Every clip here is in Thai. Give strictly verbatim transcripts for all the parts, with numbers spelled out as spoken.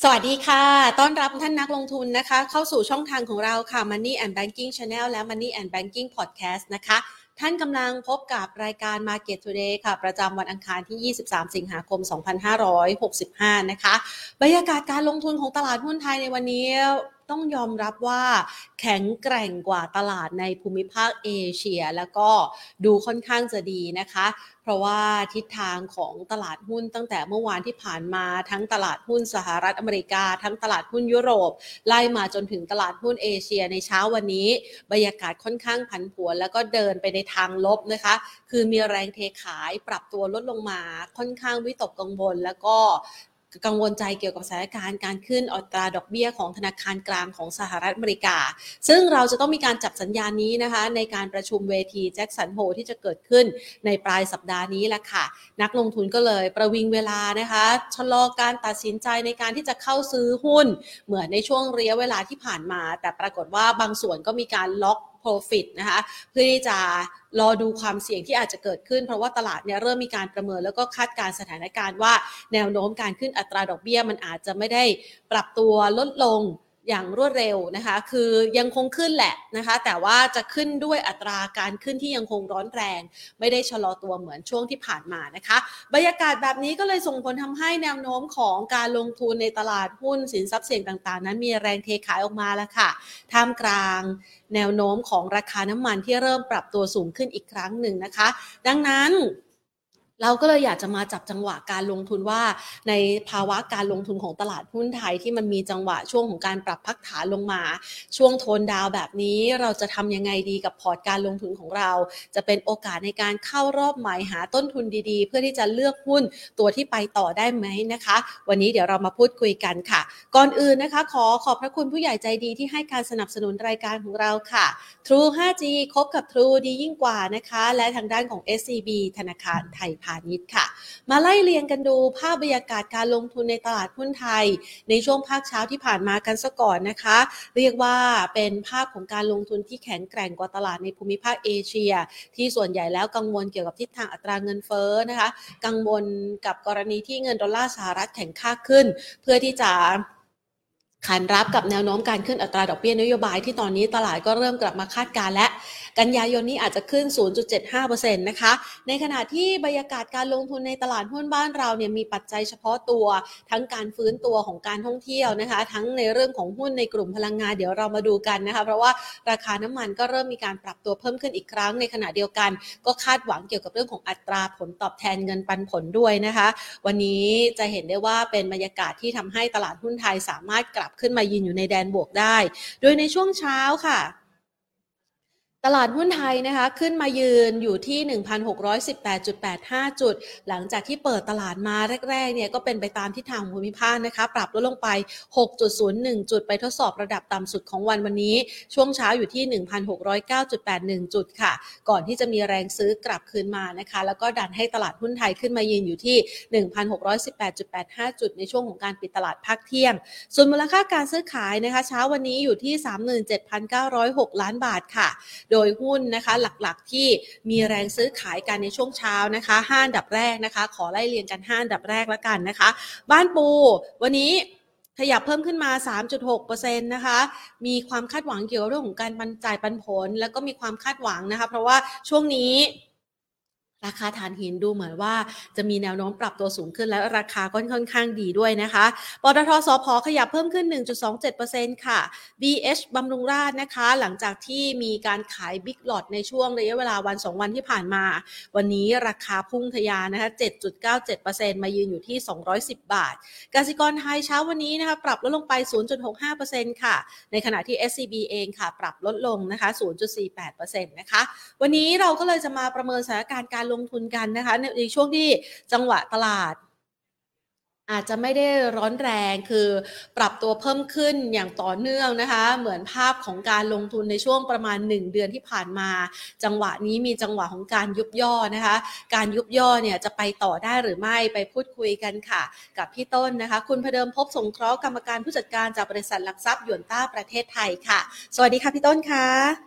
สวัสดีค่ะต้อนรับท่านนักลงทุนนะคะเข้าสู่ช่องทางของเราค่ะ Money and Banking Channel และ Money and Banking Podcast นะคะท่านกำลังพบกับรายการ Market Today ค่ะประจำวันอังคารที่ยี่สิบสามสิงหาคมสองพันห้าร้อยหกสิบห้านะคะบรรยากาศการลงทุนของตลาดหุ้นไทยในวันนี้ต้องยอมรับว่าแข็งแกร่งกว่าตลาดในภูมิภาคเอเชียแล้วก็ดูค่อนข้างจะดีนะคะเพราะว่าทิศทางของตลาดหุ้นตั้งแต่เมื่อวานที่ผ่านมาทั้งตลาดหุ้นสหรัฐอเมริกาทั้งตลาดหุ้นยุโรปไล่มาจนถึงตลาดหุ้นเอเชียในเช้าวันนี้บรรยากาศค่อนข้างผันผวนแล้วก็เดินไปในทางลบนะคะคือมีแรงเทขายปรับตัวลดลงมาค่อนข้างวิตกกังวลแล้วก็กังวลใจเกี่ยวกับสถานการณ์การขึ้นอัตราดอกเบี้ยของธนาคารกลางของสหรัฐอเมริกาซึ่งเราจะต้องมีการจับสัญญาณนี้นะคะในการประชุมเวทีแจ็คสันโฮที่จะเกิดขึ้นในปลายสัปดาห์นี้แหละค่ะนักลงทุนก็เลยประวิงเวลานะคะชะลอการตัดสินใจในการที่จะเข้าซื้อหุ้นเหมือนในช่วงระยะเวลาที่ผ่านมาแต่ปรากฏว่าบางส่วนก็มีการล็อกprofit นะคะเพื่อที่จะรอดูความเสี่ยงที่อาจจะเกิดขึ้นเพราะว่าตลาดเนี่ยเริ่มมีการประเมินแล้วก็คาดการณ์สถานการณ์ว่าแนวโน้มการขึ้นอัตราดอกเบี้ยมันอาจจะไม่ได้ปรับตัวลดลงอย่างรวดเร็วนะคะคือยังคงขึ้นแหละนะคะแต่ว่าจะขึ้นด้วยอัตราการขึ้นที่ยังคงร้อนแรงไม่ได้ชะลอตัวเหมือนช่วงที่ผ่านมานะคะบรรยากาศแบบนี้ก็เลยส่งผลทำให้แนวโน้มของการลงทุนในตลาดหุ้นสินทรัพย์เสี่ยงต่างๆนั้นมีแรงเทขายออกมาแล้วค่ะท่ามกลางแนวโน้มของราคาน้ำมันที่เริ่มปรับตัวสูงขึ้นอีกครั้งหนึ่งนะคะดังนั้นเราก็เลยอยากจะมาจับจังหวะการลงทุนว่าในภาวะการลงทุนของตลาดหุ้นไทยที่มันมีจังหวะช่วงของการปรับพักฐานลงมาช่วงโทนดาวแบบนี้เราจะทำยังไงดีกับพอร์ตการลงทุนของเราจะเป็นโอกาสในการเข้ารอบใหม่หาต้นทุนดีๆเพื่อที่จะเลือกหุ้นตัวที่ไปต่อได้ไหมนะคะวันนี้เดี๋ยวเรามาพูดคุยกันค่ะก่อนอื่นนะคะขอขอบพระคุณผู้ใหญ่ใจดีที่ให้การสนับสนุนรายการของเราค่ะ True ไฟว์ จี คบกับ True ดียิ่งกว่านะคะและทางด้านของ เอส ซี บี ธนาคารไทยพาณิชย์ค่ะมาไล่เรียงกันดูภาพบรรยากาศการลงทุนในตลาดหุ้นไทยในช่วงภาคเช้าที่ผ่านมากันซะก่อนนะคะเรียกว่าเป็นภาพของการลงทุนที่แข็งแกร่งกว่าตลาดในภูมิภาคเอเชียที่ส่วนใหญ่แล้วกังวลเกี่ยวกับทิศทางอัตราเงินเฟ้อนะคะกังวลกับกรณีที่เงินดอลลาร์สหรัฐแข็งค่าขึ้นเพื่อที่จะขานรับกับแนวโน้มการขึ้นอัตราดอกเบี้ยนโยบายที่ตอนนี้ตลาดก็เริ่มกลับมาคาดการณ์และกันยายนนี้อาจจะขึ้น ศูนย์จุดเจ็ดห้าเปอร์เซ็นต์ นะคะในขณะที่บรรยากาศการลงทุนในตลาดหุ้นบ้านเราเนี่ยมีปัจจัยเฉพาะตัวทั้งการฟื้นตัวของการท่องเที่ยวนะคะทั้งในเรื่องของหุ้นในกลุ่มพลังงานเดี๋ยวเรามาดูกันนะคะเพราะว่าราคาน้ำมันก็เริ่มมีการปรับตัวเพิ่มขึ้นอีกครั้งในขณะเดียวกันก็คาดหวังเกี่ยวกับเรื่องของอัตราผลตอบแทนเงินปันผลด้วยนะคะวันนี้จะเห็นได้ว่าเป็นบรรยากาศที่ทำให้ตลาดหุ้นไทยสามารถกลับขึ้นมายืนอยู่ในแดนบวกได้โดยในช่วงเช้าค่ะตลาดหุ้นไทยนะคะขึ้นมายืนอยู่ที่ หนึ่งพันหกร้อยสิบแปดจุดแปดห้า จุดหลังจากที่เปิดตลาดมาแรกๆเนี่ยก็เป็นไปตามทิศทางภูมิภาคนะคะปรับลดลงไป หกจุดศูนย์หนึ่ง จุดไปทดสอบระดับต่ำสุดของวันวันนี้ช่วงเช้าอยู่ที่ หนึ่งพันหกร้อยเก้าจุดแปดหนึ่ง จุดค่ะก่อนที่จะมีแรงซื้อกลับคืนมานะคะแล้วก็ดันให้ตลาดหุ้นไทยขึ้นมายืนอยู่ที่ หนึ่งพันหกร้อยสิบแปดจุดแปดห้า จุดในช่วงของการปิดตลาดภาคเที่ยงส่วนมูลค่าการซื้อขายนะคะเช้าวันนี้อยู่ที่ สามหมื่นเจ็ดพันเก้าร้อยหก ล้านบาทค่ะโดยหุ้นนะคะหลักๆที่มีแรงซื้อขายกันในช่วงเช้านะคะห้าอันดับแรกนะคะขอไล่เรียงกันห้าอันดับแรกแล้วกันนะคะบ้านปูวันนี้ขยับเพิ่มขึ้นมา สามจุดหกเปอร์เซ็นต์ นะคะมีความคาดหวังเกี่ยวกับเรื่องของการบรรจ่ายปันผลแล้วก็มีความคาดหวังนะคะเพราะว่าช่วงนี้ราคาถ่านหินดูเหมือนว่าจะมีแนวโน้มปรับตัวสูงขึ้นและราคาก็ค่อนข้างดีด้วยนะคะปตท.สผ.ขยับเพิ่มขึ้น หนึ่งจุดสองเจ็ดเปอร์เซ็นต์ ค่ะ บี เอช บำรุงราษฎร์นะคะหลังจากที่มีการขายบิ๊กล็อตในช่วงระยะเวลาวันสองวันที่ผ่านมาวันนี้ราคาพุ่งทะยานนะคะ เจ็ดจุดเก้าเจ็ดเปอร์เซ็นต์ มายืนอยู่ที่สองร้อยสิบบาทกสิกรไทยเช้าวันนี้นะคะปรับลดลงไป ศูนย์จุดหกห้าเปอร์เซ็นต์ ค่ะในขณะที่ เอส ซี บี เองค่ะปรับลดลงนะคะ ศูนย์จุดสี่แปดเปอร์เซ็นต์ นะคะวันนี้เราก็เลยจะมาประเมินสถานการณ์การลงทุนกันนะคะในช่วงที่จังหวะตลาดอาจจะไม่ได้ร้อนแรงคือปรับตัวเพิ่มขึ้นอย่างต่อเนื่องนะคะเหมือนภาพของการลงทุนในช่วงประมาณหนึ่งเดือนที่ผ่านมาจังหวะนี้มีจังหวะของการยุบย่อนะคะการยุบย่อเนี่ยจะไปต่อได้หรือไม่ไปพูดคุยกันค่ะกับพี่ต้นนะคะคุณพเดิมภพสงเคราะห์กรรมการผู้จัดการจากบริษัทหลักทรัพย์หยวนต้าประเทศไทยค่ะสวัสดีค่ะพี่ต้นค่ะครับ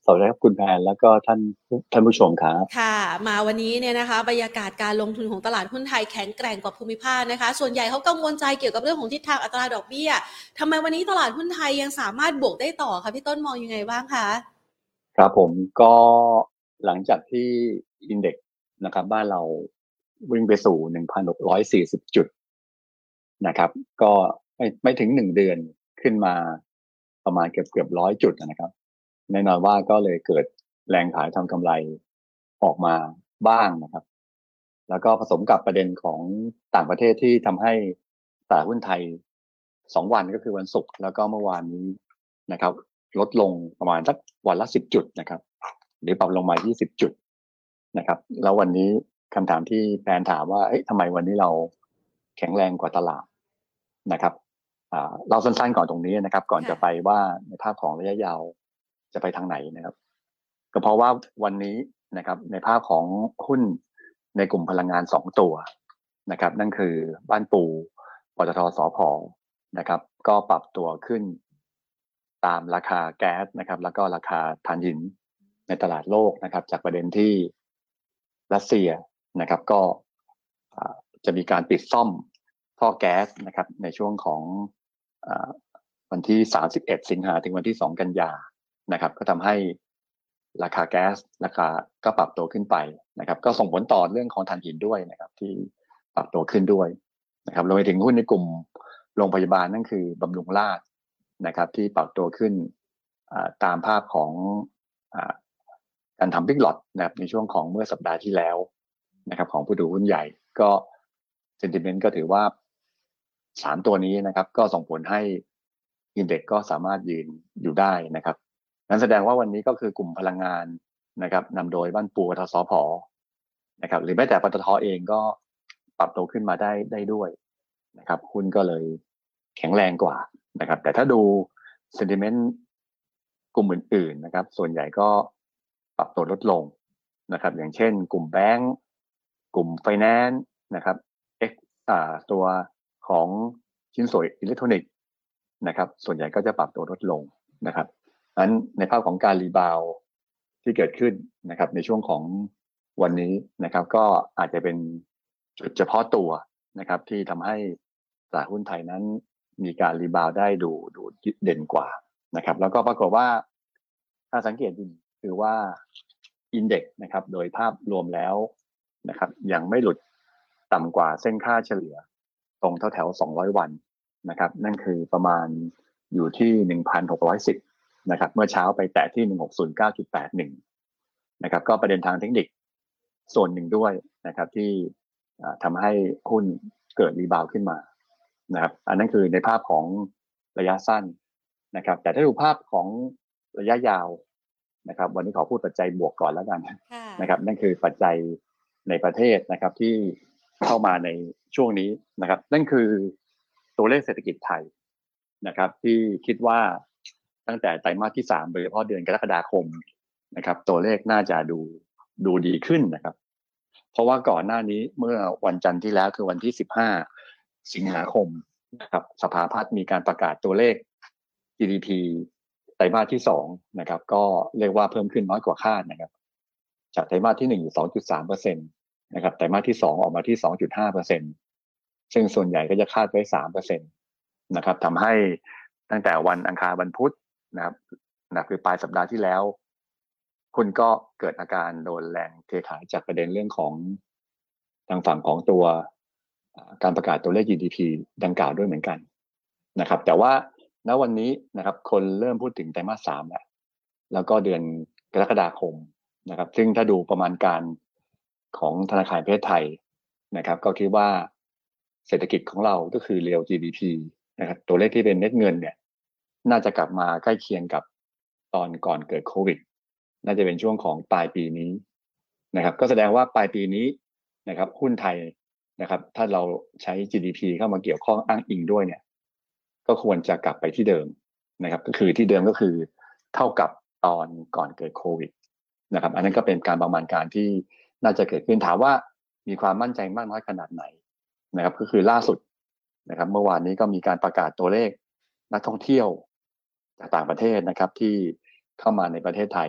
สวัสดีครับคุณแพนแล้วก็ท่านท่านผู้ชมครับค่ะมาวันนี้เนี่ยนะคะบรรยากาศการลงทุนของตลาดหุ้นไทยแข็งแกร่งกว่าภูมิภาคนะคะส่วนใหญ่เขากังวลใจเกี่ยวกับเรื่องของทิศทางอัตราดอกเบี้ยทำไมวันนี้ตลาดหุ้นไทยยังสามารถบวกได้ต่อคะพี่ต้นมองยังไงบ้างคะครับผมก็หลังจากที่อินเด็กซ์นะครับบ้านเราวิ่งไปสู่ หนึ่งพันหกร้อยสี่สิบ จุดนะครับก็ไม่ไม่ถึงหนึ่งเดือนขึ้นมาประมาณเกือบเกือบร้อยจุดนะครับแน่นอนว่าก็เลยเกิดแรงขายทำกำไรออกมาบ้างนะครับแล้วก็ผสมกับประเด็นของต่างประเทศที่ทำให้ตลาดหุ้นไทยสองวันก็คือวันศุกร์แล้วก็เมื่อวานนี้นะครับลดลงประมาณสักวันละสิบจุดนะครับหรือปรับลงมายี่สิบจุดนะครับแล้ววันนี้คำถามที่แฟนถามว่าเอ๊ะทำไมวันนี้เราแข็งแรงกว่าตลาดนะครับเราสั้นๆก่อนตรงนี้นะครับก่อนจะไปว่าในภาพของระยะยาวจะไปทางไหนนะครับก็เพราะว่าวันนี้นะครับในภาพของหุ้นในกลุ่มพลังงานสองตัวนะครับนั่นคือบ้านปูปตท.สผ.นะครับก็ปรับตัวขึ้นตามราคาแก๊สนะครับแล้วก็ราคาถ่านหินในตลาดโลกนะครับจากประเด็นที่รัสเซียนะครับก็จะมีการปิดซ่อมท่อแก๊สนะครับในช่วงของวันที่สามสิบเอ็ดสิงหาถึงวันที่สองกันยานะครับก็ทำให้ราคาแก๊สราคาก็ปรับตัวขึ้นไปนะครับก็ส่งผลต่อเรื่องของถ่านหินด้วยนะครับที่ปรับตัวขึ้นด้วยนะครับรวมไปถึงหุ้นในกลุ่มโรงพยาบาลนั่นคือบำรุงราษฎร์นะครับที่ปรับตัวขึ้นตามภาพของการทำบิ๊กล็อตนะครับในช่วงของเมื่อสัปดาห์ที่แล้วนะครับของผู้ถือหุ้นใหญ่ก็เซนติเมนต์ก็ถือว่าสามตัวนี้นะครับก็ส่งผลให้อินเด็กซ์ก็สามารถยืนอยู่ได้นะครับนั้นแสดงว่าวันนี้ก็คือกลุ่มพลังงานนะครับนำโดยบ้านปูปตท.สผ.นะครับหรือแม้แต่ปตท.เองก็ปรับตัวขึ้นมาได้ได้ด้วยนะครับหุ้นก็เลยแข็งแรงกว่านะครับแต่ถ้าดูเซนติเมนต์กลุ่มอื่นๆนะครับส่วนใหญ่ก็ปรับตัวลดลงนะครับอย่างเช่นกลุ่มแบงก์กลุ่มไฟแนนซ์นะครับเอ็กอ่าตัวของชิ้นส่วนอิเล็กทรอนิกส์นะครับส่วนใหญ่ก็จะปรับตัวลดลงนะครับนั้นในภาพของการรีบาวที่เกิดขึ้นนะครับในช่วงของวันนี้นะครับก็อาจจะเป็นจุดเฉพาะตัวนะครับที่ทำให้ตลาดหุ้นไทยนั้นมีการรีบาวได้ดูดูเด่นกว่านะครับแล้วก็ปรากฏว่าถ้าสังเกตดูคือว่าอินเด็กซ์นะครับโดยภาพรวมแล้วนะครับยังไม่หลุดต่ำกว่าเส้นค่าเฉลี่ยตรงแถวๆสองร้อยวันนะครับนั่นคือประมาณอยู่ที่ หนึ่งพันหกร้อยสิบ นะครับเมื่อเช้าไปแตะที่ หนึ่งพันหกร้อยเก้าจุดแปดหนึ่ง นะครับก็ประเด็นทางเทคนิคส่วนหนึ่งด้วยนะครับที่ทำให้หุ้นเกิดรีบาวขึ้นมานะครับอันนั้นคือในภาพของระยะสั้นนะครับแต่ถ้าดูภาพของระยะยาวนะครับวันนี้ขอพูดปัจจัยบวกก่อนแล้วกันนะครับนั่นคือปัจจัยในประเทศนะครับที่เข้ามาในช่วงนี้นะครับนั่นคือตัวเลขเศรษฐกิจไทยนะครับที่คิดว่าตั้งแต่ไตรมาสที่สามโดยเฉพาะเดือนกรกฎาคมนะครับตัวเลขน่าจะดูดูดีขึ้นนะครับเพราะว่าก่อนหน้านี้เมื่อวันจันทร์ที่แล้วคือวันที่สิบห้าสิงหาคมนะครับสภาพัฒน์มีการประกาศตัวเลข จี ดี พี ไตรมาสที่สองนะครับก็เรียกว่าเพิ่มขึ้นน้อยกว่าคาดนะครับจากไตรมาสที่หนึ่งอยู่ สองจุดสามเปอร์เซ็นต์ นะครับไตรมาสที่สองออกมาที่ สองจุดห้าเปอร์เซ็นต์ ซึ่งส่วนใหญ่ก็จะคาดไว้ สามเปอร์เซ็นต์ นะครับทำให้ตั้งแต่วันอังคารวันพุธนะครับนะคือปลายสัปดาห์ที่แล้วคุณก็เกิดอาการโดนแรงเทขายจากประเด็นเรื่องของทางฝั่งของตัวการประกาศตัวเลข จี ดี พี ดังกล่าวด้วยเหมือนกันนะครับแต่ว่าณวันนี้นะครับคนเริ่มพูดถึงไตรมาสสามแล้วแล้วก็เดือนกรกฎาคมนะครับซึ่งถ้าดูประมาณการของธนาคารประเทศไทยนะครับก็คิดว่าเศรษฐกิจของเราก็คือ real จี ดี พี นะครับตัวเลขที่เป็นเม็ดเงินเนี่ยน่าจะกลับมาใกล้เคียงกับตอนก่อนเกิดโควิดน่าจะเป็นช่วงของปลายปีนี้นะครับก็แสดงว่าปลายปีนี้นะครับหุ้นไทยนะครับถ้าเราใช้ จี ดี พี เข้ามาเกี่ยวข้องอ้างอิงด้วยเนี่ยก็ควรจะกลับไปที่เดิมนะครับก็คือที่เดิมก็คือเท่ากับตอนก่อนเกิดโควิดนะครับอันนั้นก็เป็นการประมาณการที่น่าจะเกิดขึ้นถามว่ามีความมั่นใจมากน้อยขนาดไหนนะครับก็คือล่าสุดนะครับเมื่อวานนี้ก็มีการประกาศตัวเลขนักท่องเที่ยวจากต่างประเทศนะครับที่เข้ามาในประเทศไทย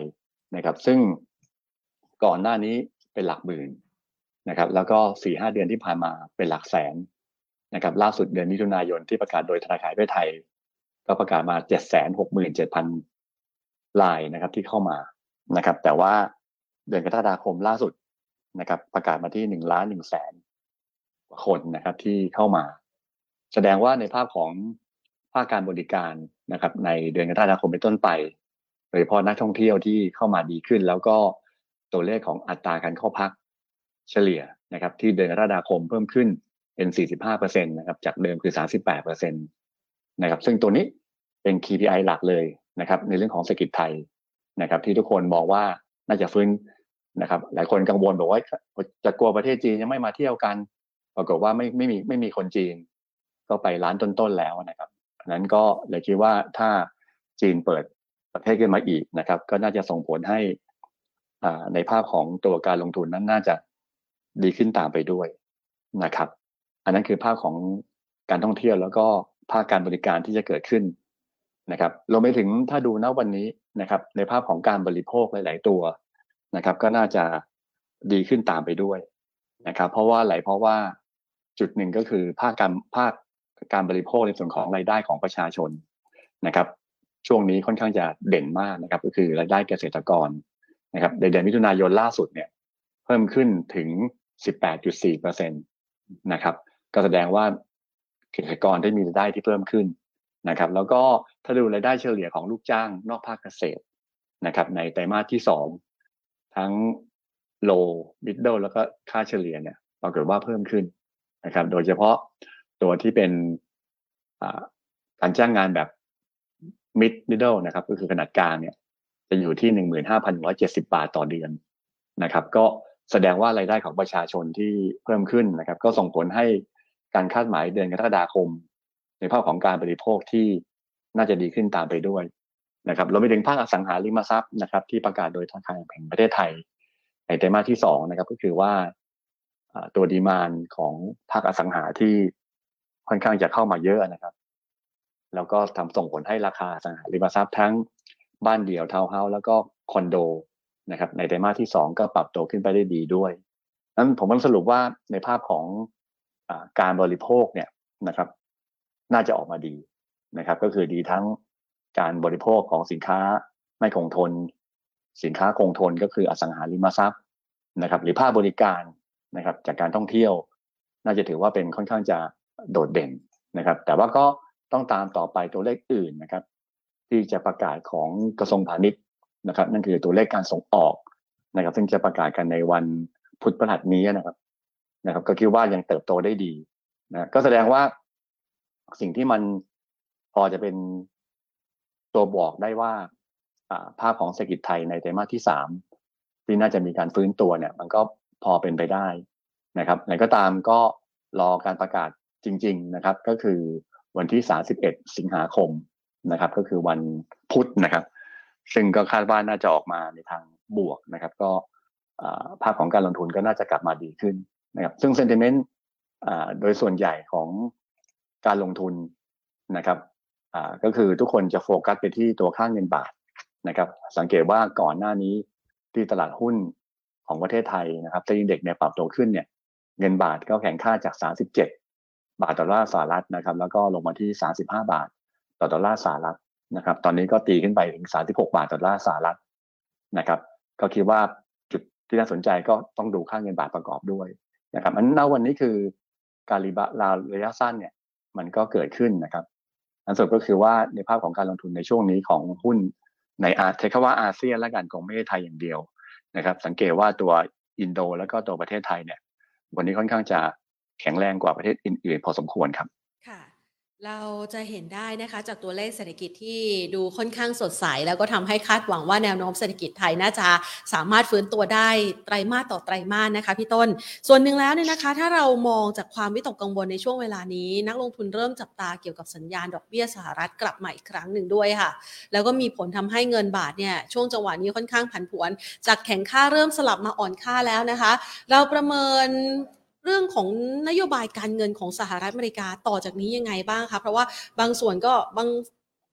นะครับซึ่งก่อนหน้านี้เป็นหลักหมื่นนะครับแล้วก็ สี่ห้า เดือนที่ผ่านมาเป็นหลักแสนนะครับล่าสุดเดือนมิถุนายนที่ประกาศโดยธนาคารแห่งประเทศไทยก็ประกาศมา เจ็ดแสนหกหมื่นเจ็ดพัน รายนะครับที่เข้ามานะครับแต่ว่าเดือนกรกฎาคมล่าสุดนะครับประกาศมาที่หนึ่งล้านหนึ่งแสนคนนะครับที่เข้ามาแสดงว่าในภาพของภาคการบริการนะครับในเดือนกรกฎาคมเป็นต้นไปโดยเฉพาะนักท่องเที่ยวที่เข้ามาดีขึ้นแล้วก็ตัวเลขของอัตราการเข้าพักเฉลี่ยนะครับที่เดือนกรกฎาคมเพิ่มขึ้นเป็น สี่สิบห้าเปอร์เซ็นต์ นะครับจากเดิมคือ สามสิบแปดเปอร์เซ็นต์ นะครับซึ่งตัวนี้เป็น คี พี ไอ หลักเลยนะครับในเรื่องของเศรษฐกิจไทยนะครับที่ทุกคนมองว่าน่าจะฟื้นนะครับหลายคนกังวลบอกว่าจะกลัวประเทศจีนยังไม่มาเที่ยวกันปรากฏว่าไม่ไม่มีไม่มีคนจีนก็ไปล้านต้นๆแล้วนะครับนั้นก็เลยคิดว่าถ้าจีนเปิดประเทศขึ้นมาอีกนะครับก็น่าจะส่งผลให้ในภาพของตัวการลงทุนนั้นน่าจะดีขึ้นตามไปด้วยนะครับอันนั้นคือภาพของการท่องเที่ยวแล้วก็ภาคการบริการที่จะเกิดขึ้นนะครับรวมไปถึงถ้าดูณวันนี้นะครับในภาพของการบริโภคหลายๆตัวนะครับก็น่าจะดีขึ้นตามไปด้วยนะครับเพราะว่าอะไรเพราะว่าจุดหนึ่งก็คือภาคการภาคการบริโภคในส่วนของรายได้ของประชาชนนะครับช่วงนี้ค่อนข้างจะเด่นมากนะครับก็คือรายได้เกษตรกรนะครับในเดือนมิถุนายนล่าสุดเนี่ยเพิ่มขึ้นถึง สิบแปดจุดสี่เปอร์เซ็นต์ นะครับก็แสดงว่าเกษตรกรได้มีรายได้ที่เพิ่มขึ้นนะครับแล้วก็ถ้าดูรายได้เฉลี่ยของลูกจ้างนอกภาคเกษตรนะครับในไตรมาสที่สองทั้ง low middle แล้วก็ค่าเฉลี่ยเนี่ยปรากฏว่าเพิ่มขึ้นนะครับโดยเฉพาะตัวที่เป็นการจ้างงานแบบ mid middle นะครับก็คือขนาดกลางเนี่ยจะอยู่ที่ หนึ่งหมื่นห้าพันหนึ่งร้อยเจ็ดสิบ บาทต่อเดือนนะครับก็แสดงว่ารายได้ของประชาชนที่เพิ่มขึ้นนะครับก็ส่งผลให้การคาดหมายเดือนกรกฎาคมในภาพของการบริโภคที่น่าจะดีขึ้นตามไปด้วยนะครับรวมไปถึงภาคอสังหาริมทรัพย์นะครับที่ประกาศโดยธนาคารแห่งประเทศไทยในไตรมาสที่สองนะครับก็คือว่าตัวดีมานด์ของภาคอสังหาที่ค่อนข้างจะเข้ามาเยอะนะครับแล้วก็ทำส่งผลให้ราคาอสังหาริมทรัพย์ทั้งบ้านเดี่ยวทาวน์เฮาส์แล้วก็คอนโดนะครับในไตรมาสที่สองก็ปรับตัวขึ้นไปได้ดีด้วยนั้นผมต้องสรุปว่าในภาพของอ่าการบริโภคเนี่ยนะครับน่าจะออกมาดีนะครับก็คือดีทั้งการบริโภคของสินค้าไม่คงทนสินค้าคงทนก็คืออสังหาริมทรัพย์นะครับหรือภาคบริการนะครับจากการท่องเที่ยวน่าจะถือว่าเป็นค่อนข้างจะโดดเด่นนะครับแต่ว่าก็ต้องตามต่อไปตัวเลขอื่นนะครับที่จะประกาศของกระทรวงพาณิชย์นะครับนั่นคือตัวเลขการส่งออกนะครับซึ่งจะประกาศกันในวันพุธพฤหัสนี้นะครับนะครับก็คิดว่ายังเติบโตได้ดีนะก็แสดงว่าสิ่งที่มันพอจะเป็นตัวบอกได้ว่าภาพของเศรษฐกิจไทยในไตรมาสที่สามที่น่าจะมีการฟื้นตัวเนี่ยมันก็พอเป็นไปได้นะครับไหนก็ตามก็รอการประกาศจริงๆนะครับก็คือวันที่สามสิบเอ็ดสิงหาคมนะครับก็คือวันพุธนะครับซึ่งก็คาดว่าน่าจะออกมาในทางบวกนะครับก็ภาพของการลงทุนก็น่าจะกลับมาดีขึ้นนะครับซึ่งเซนติเมนต์โดยส่วนใหญ่ของการลงทุนนะครับก็คือทุกคนจะโฟกัสไปที่ตัวค่าเงินบาทนะครับสังเกตว่าก่อนหน้านี้ที่ตลาดหุ้นของประเทศไทยนะครับเซ็นดีเด็กเนี่ยปรับตัวขึ้นเนี่ยเงินบาทก็แข็งค่าจากสามสิบเจ็ดบาทต่อดอลลาร์สหรัฐนะครับแล้วก็ลงมาที่สามสิบห้าบาทต่อดอลลาร์สหรัฐนะครับตอนนี้ก็ตีขึ้นไปถึงสามสิบหกบาทต่อดอลลาร์สหรัฐนะครับก็คิดว่าจุดที่น่าสนใจก็ต้องดูค่าเงินบาทประกอบด้วยนะครับอันนั้นวันนี้คือการรีบาลาระยะสั้นเนี่ยมันก็เกิดขึ้นนะครับอันสุดก็คือว่าในภาพของการลงทุนในช่วงนี้ของหุ้นในอาใช้คำว่าอาเซียนและกันคงไม่ใช่ไทยอย่างเดียวนะครับสังเกตว่าตัวอินโดแล้วก็ตัวประเทศไทยเนี่ยวันนี้ค่อนข้างจะแข็งแรงกว่าประเทศอื่นๆพอสมควรครับค่ะเราจะเห็นได้นะคะจากตัวเลขเศรษฐกิจที่ดูค่อนข้างสดใสแล้วก็ทำให้คาดหวังว่าแนวโน้มเศรษฐกิจไทยน่าจะสามารถฟื้นตัวได้ไตรมาสต่อไตรมาสนะคะพี่ต้นส่วนหนึ่งแล้วเนี่ยนะคะถ้าเรามองจากความวิตกกังวลในช่วงเวลานี้นักลงทุนเริ่มจับตาเกี่ยวกับสัญญาณดอกเบี้ยสหรัฐกลับมาอีกครั้งหนึ่งด้วยค่ะแล้วก็มีผลทำให้เงินบาทเนี่ยช่วงจังหวะนี้ค่อนข้างผันผวนจากแข็งค่าเริ่มสลับมาอ่อนค่าแล้วนะคะเราประเมินเรื่องของนโยบายการเงินของสหรัฐอเมริกาต่อจากนี้ยังไงบ้างคะเพราะว่าบางส่วนก็บาง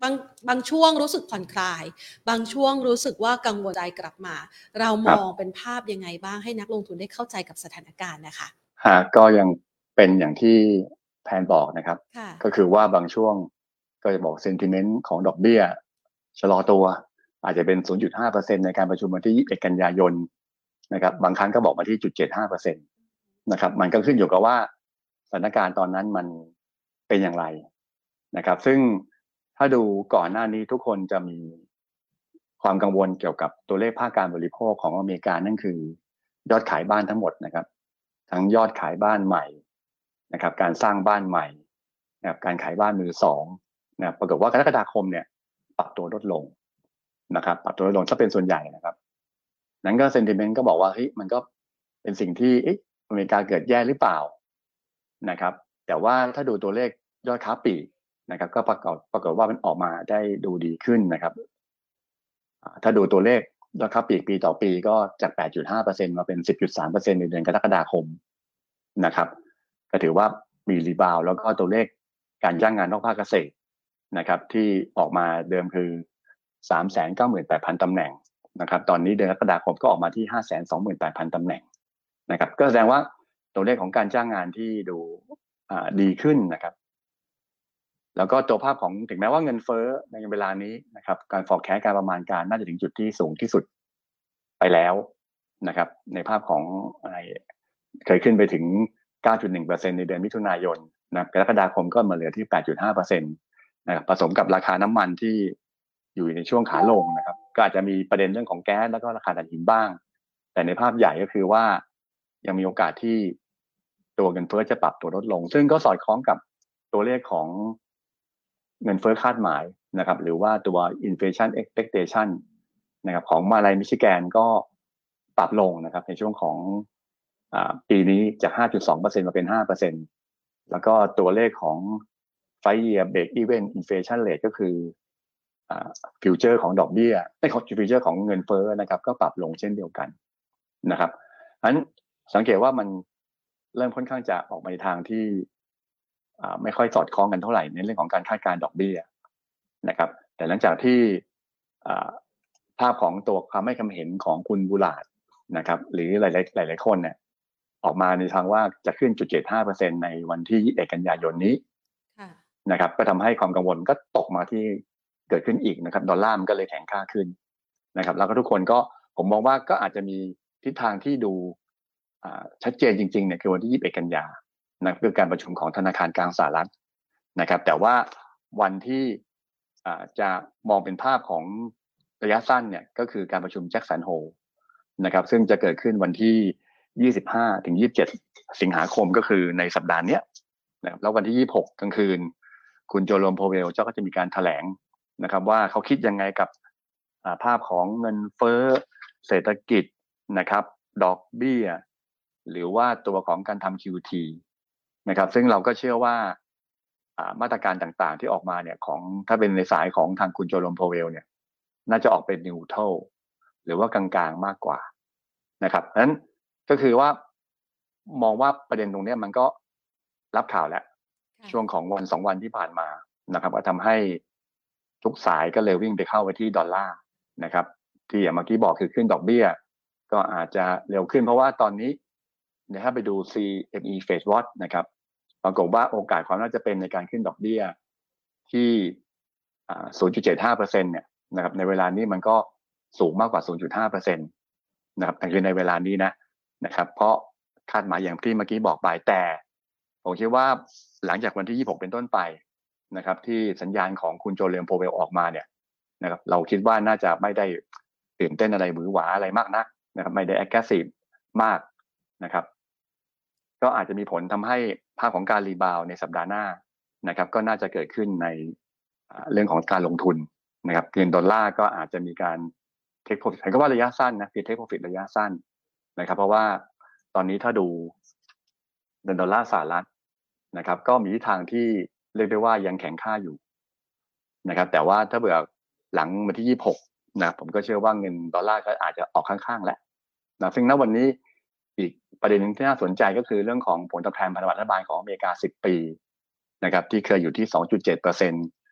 บางบางช่วงรู้สึกผ่อนคลายบางช่วงรู้สึกว่ากังวลใจกลับมาเรามองเป็นภาพยังไงบ้างให้นักลงทุนได้เข้าใจกับสถานการณ์นะคะฮะก็ยังเป็นอย่างที่แพนบอกนะครับก็คือว่าบางช่วงก็จะบอกเซนติเมนต์ของดอกเบี้ยชะลอตัวอาจจะเป็น ศูนย์จุดห้าเปอร์เซ็นต์ ในการประชุมวันที่ยี่สิบเอ็ดกันยายนนะครับบางครั้งก็บอกมาที่ ศูนย์จุดเจ็ดห้าเปอร์เซ็นต์ นะครับมันก็ขึ้นอยู่กับว่าสถานการณ์ตอนนั้นมันเป็นอย่างไรนะครับซึ่งถ้าดูก่อนหน้านี้ทุกคนจะมีความกังวลเกี่ยวกับตัวเลขภาคการบริโภคของอเมริกานั่นคือยอดขายบ้านทั้งหมดนะครับทั้งยอดขายบ้านใหม่นะครับการสร้างบ้านใหม่นะครับการขายบ้านมือสองนะปรากฏว่ากรกฎาคมเนี่ยปรับตัวลดลงนะครับปรับตัวลดลงถ้าเป็นส่วนใหญ่นะครับนั้นก็เซนติเมนต์ก็บอกว่าเฮ้ยมันก็เป็นสิ่งที่อเมริกาเกิดแย่หรือเปล่านะครับแต่ว่าถ้าดูตัวเลขยอดค้าปลีกนะครับก็ปรากฏปรากฏว่ามันออกมาได้ดูดีขึ้นนะครับถ้าดูตัวเลขยอดค้าปลีกปีต่อปีก็จาก แปดจุดห้าเปอร์เซ็นต์ มาเป็น สิบจุดสามเปอร์เซ็นต์ ในเดือนกรกฎาคมนะครับก็ถือว่ามีรีบาวด์แล้วก็ตัวเลขการจ้างงานนอกภาคเกษตรนะครับที่ออกมาเดิมคือ สามแสนเก้าหมื่นแปดพัน ตำแหน่งนะครับตอนนี้เดือนกรกฎาคมก็ออกมาที่ ห้าแสนสองหมื่นแปดพัน ตำแหน่งนะครับก็แสดงว่าตัวเลขของการจ้างงานที่ดูดีขึ้นนะครับแล้วก็ตัวภาพของถึงแม้ว่าเงินเฟ้อในเวลานี้นะครับการ forecast การประมาณการน่าจะถึงจุดที่สูงที่สุดไปแล้วนะครับในภาพของอะไรเคยขึ้นไปถึง เก้าจุดหนึ่งเปอร์เซ็นต์ ในเดือนมิถุนายนนะกรกฎาคมก็มาเหลือที่ แปดจุดห้าเปอร์เซ็นต์ นะครับผสมกับราคาน้ำมันที่อยู่ในช่วงขาลงนะครับก็อาจจะมีประเด็นเรื่องของแก๊สแล้วก็ราคาถ่านหินบ้างแต่ในภาพใหญ่ก็คือว่ายังมีโอกาสที่ตัวเงินเฟ้อจะปรับตัวลดลงซึ่งก็สอดคล้องกับตัวเลขของเงินเฟ้อคาดหมายนะครับหรือว่าตัว inflation expectation นะครับของมหาวิทยาลัยมิชิแกนก็ปรับลงนะครับในช่วงของอ่าปีนี้จาก ห้าจุดสองเปอร์เซ็นต์ มาเป็น ห้าเปอร์เซ็นต์ แล้วก็ตัวเลขของ five year break even inflation rate ก็คืออ่าฟิวเจอร์ของดอกเบี้ยไอ้ของฟิวเจอร์ของเงินเฟ้อนะครับก็ปรับลงเช่นเดียวกันนะครับฉะนั้นสังเกตว่ามันเริ่มค่อนข้างจะออกมาในทางที่ไม่ค่อยสอดคล้องกันเท่าไหร่ในเรื่องของการคาดการณ์ดอกเบี้ยนะครับแต่หลังจากที่ภาพของตัวความไม่คำเห็นของคุณบูลาดนะครับหรือหลายๆหลายๆคนเนี่ยออกมาในทางว่าจะขึ้น ศูนย์จุดเจ็ดห้าเปอร์เซ็นต์ ในวันที่ยี่สิบเอ็ดกันยายนนี้นะครับก็ทำให้ความกังวลก็ตกมาที่เกิดขึ้นอีกนะครับดอลลาร์มันก็เลยแข็งค่าขึ้นนะครับแล้วก็ทุกคนก็ผมมองว่าก็อาจจะมีทิศทางที่ดูชัดเจนจริงๆเนี่ยคือวันที่ยี่สิบเอ็ดกันยานะคือการประชุมของธนาคารกลางสหรัฐนะครับแต่ว่าวันที่จะมองเป็นภาพของระยะสั้นเนี่ยก็คือการประชุมแจ็คสันโฮลนะครับซึ่งจะเกิดขึ้นวันที่ยี่สิบห้าถึงยี่สิบเจ็ดสิงหาคมก็คือในสัปดาห์นี้นะครับแล้ววันที่ยี่สิบหกกลางคืนคุณโจโรมโพเวลเจ้าก็จะมีการแถลงนะครับว่าเขาคิดยังไงกับภาพของเงินเฟ้อเศรษฐกิจนะครับดอกเบี้ยหรือว่าตัวของการทำ คิว ที นะครับซึ่งเราก็เชื่อว่ามาตรการต่างๆที่ออกมาเนี่ยของถ้าเป็นในสายของทางคุณโจโรมโพเวลเนี่ยน่าจะออกเป็นนิวทรัลหรือว่ากลางๆมากกว่านะครับนั้นก็คือว่ามองว่าประเด็นตรงนี้มันก็รับข่าวแล้วช่วงของวันสองวันที่ผ่านมานะครับก็ทำให้ทุกสายก็เลยวิ่งไปเข้าไปที่ดอลลาร์นะครับที่อย่างเมื่อกี้บอกคือขึ้นดอกเบี้ยก็อาจจะเร็วขึ้นเพราะว่าตอนนี้เนี่ยถ้าไปดู ซี เอ็ม อี Fed Watch นะครับปรากฏว่าโอกาสความน่าจะเป็นในการขึ้นดอกเบี้ยที่ ศูนย์จุดเจ็ดห้าเปอร์เซ็นต์ เนี่ยนะครับในเวลานี้มันก็สูงมากกว่า ศูนย์จุดห้าเปอร์เซ็นต์ นะครับแต่คือในเวลานี้นะนะครับเพราะคาดหมายอย่างที่เมื่อกี้บอกไปแต่ผมคิดว่าหลังจากวันที่ยี่สิบหกเป็นต้นไปนะครับที่สัญญาณของคุณโจโรมโพเวลออกมาเนี่ยนะครับเราคิดว่าน่าจะไม่ได้ตื่นเต้นอะไรหวือหวาอะไรมากนักนะครับไม่ได้ aggressive มากนะครับก็อาจจะมีผลทำให้ภาพของการรีบาวในสัปดาห์หน้านะครับก็น่าจะเกิดขึ้นในเรื่องของการลงทุนนะครับเงินดอลลาร์ก็อาจจะมีการเทคโปรฟิตก็ว่าระยะสั้นนะคือเทคโปรฟิตระยะสั้นนะครับเพราะว่าตอนนี้ถ้าดูเงินดอลลาร์สหรัฐนะครับก็มีทิศทางที่เรียกได้ว่ายังแข็งค่าอยู่นะครับแต่ว่าถ้าเบื่อหลังวันที่ยี่สิบหกนะผมก็เชื่อว่าเงินดอลลาร์ก็อาจจะออกข้างๆแล้วนะซึ่งณวันนี้อีกประเด็นนึงที่น่าสนใจก็คือเรื่องของผลตอบแทนพันธบัตรรัฐบาลของอเมริกาสิบปีนะครับที่เคยอยู่ที่ สองจุดเจ็ดเปอร์เซ็นต์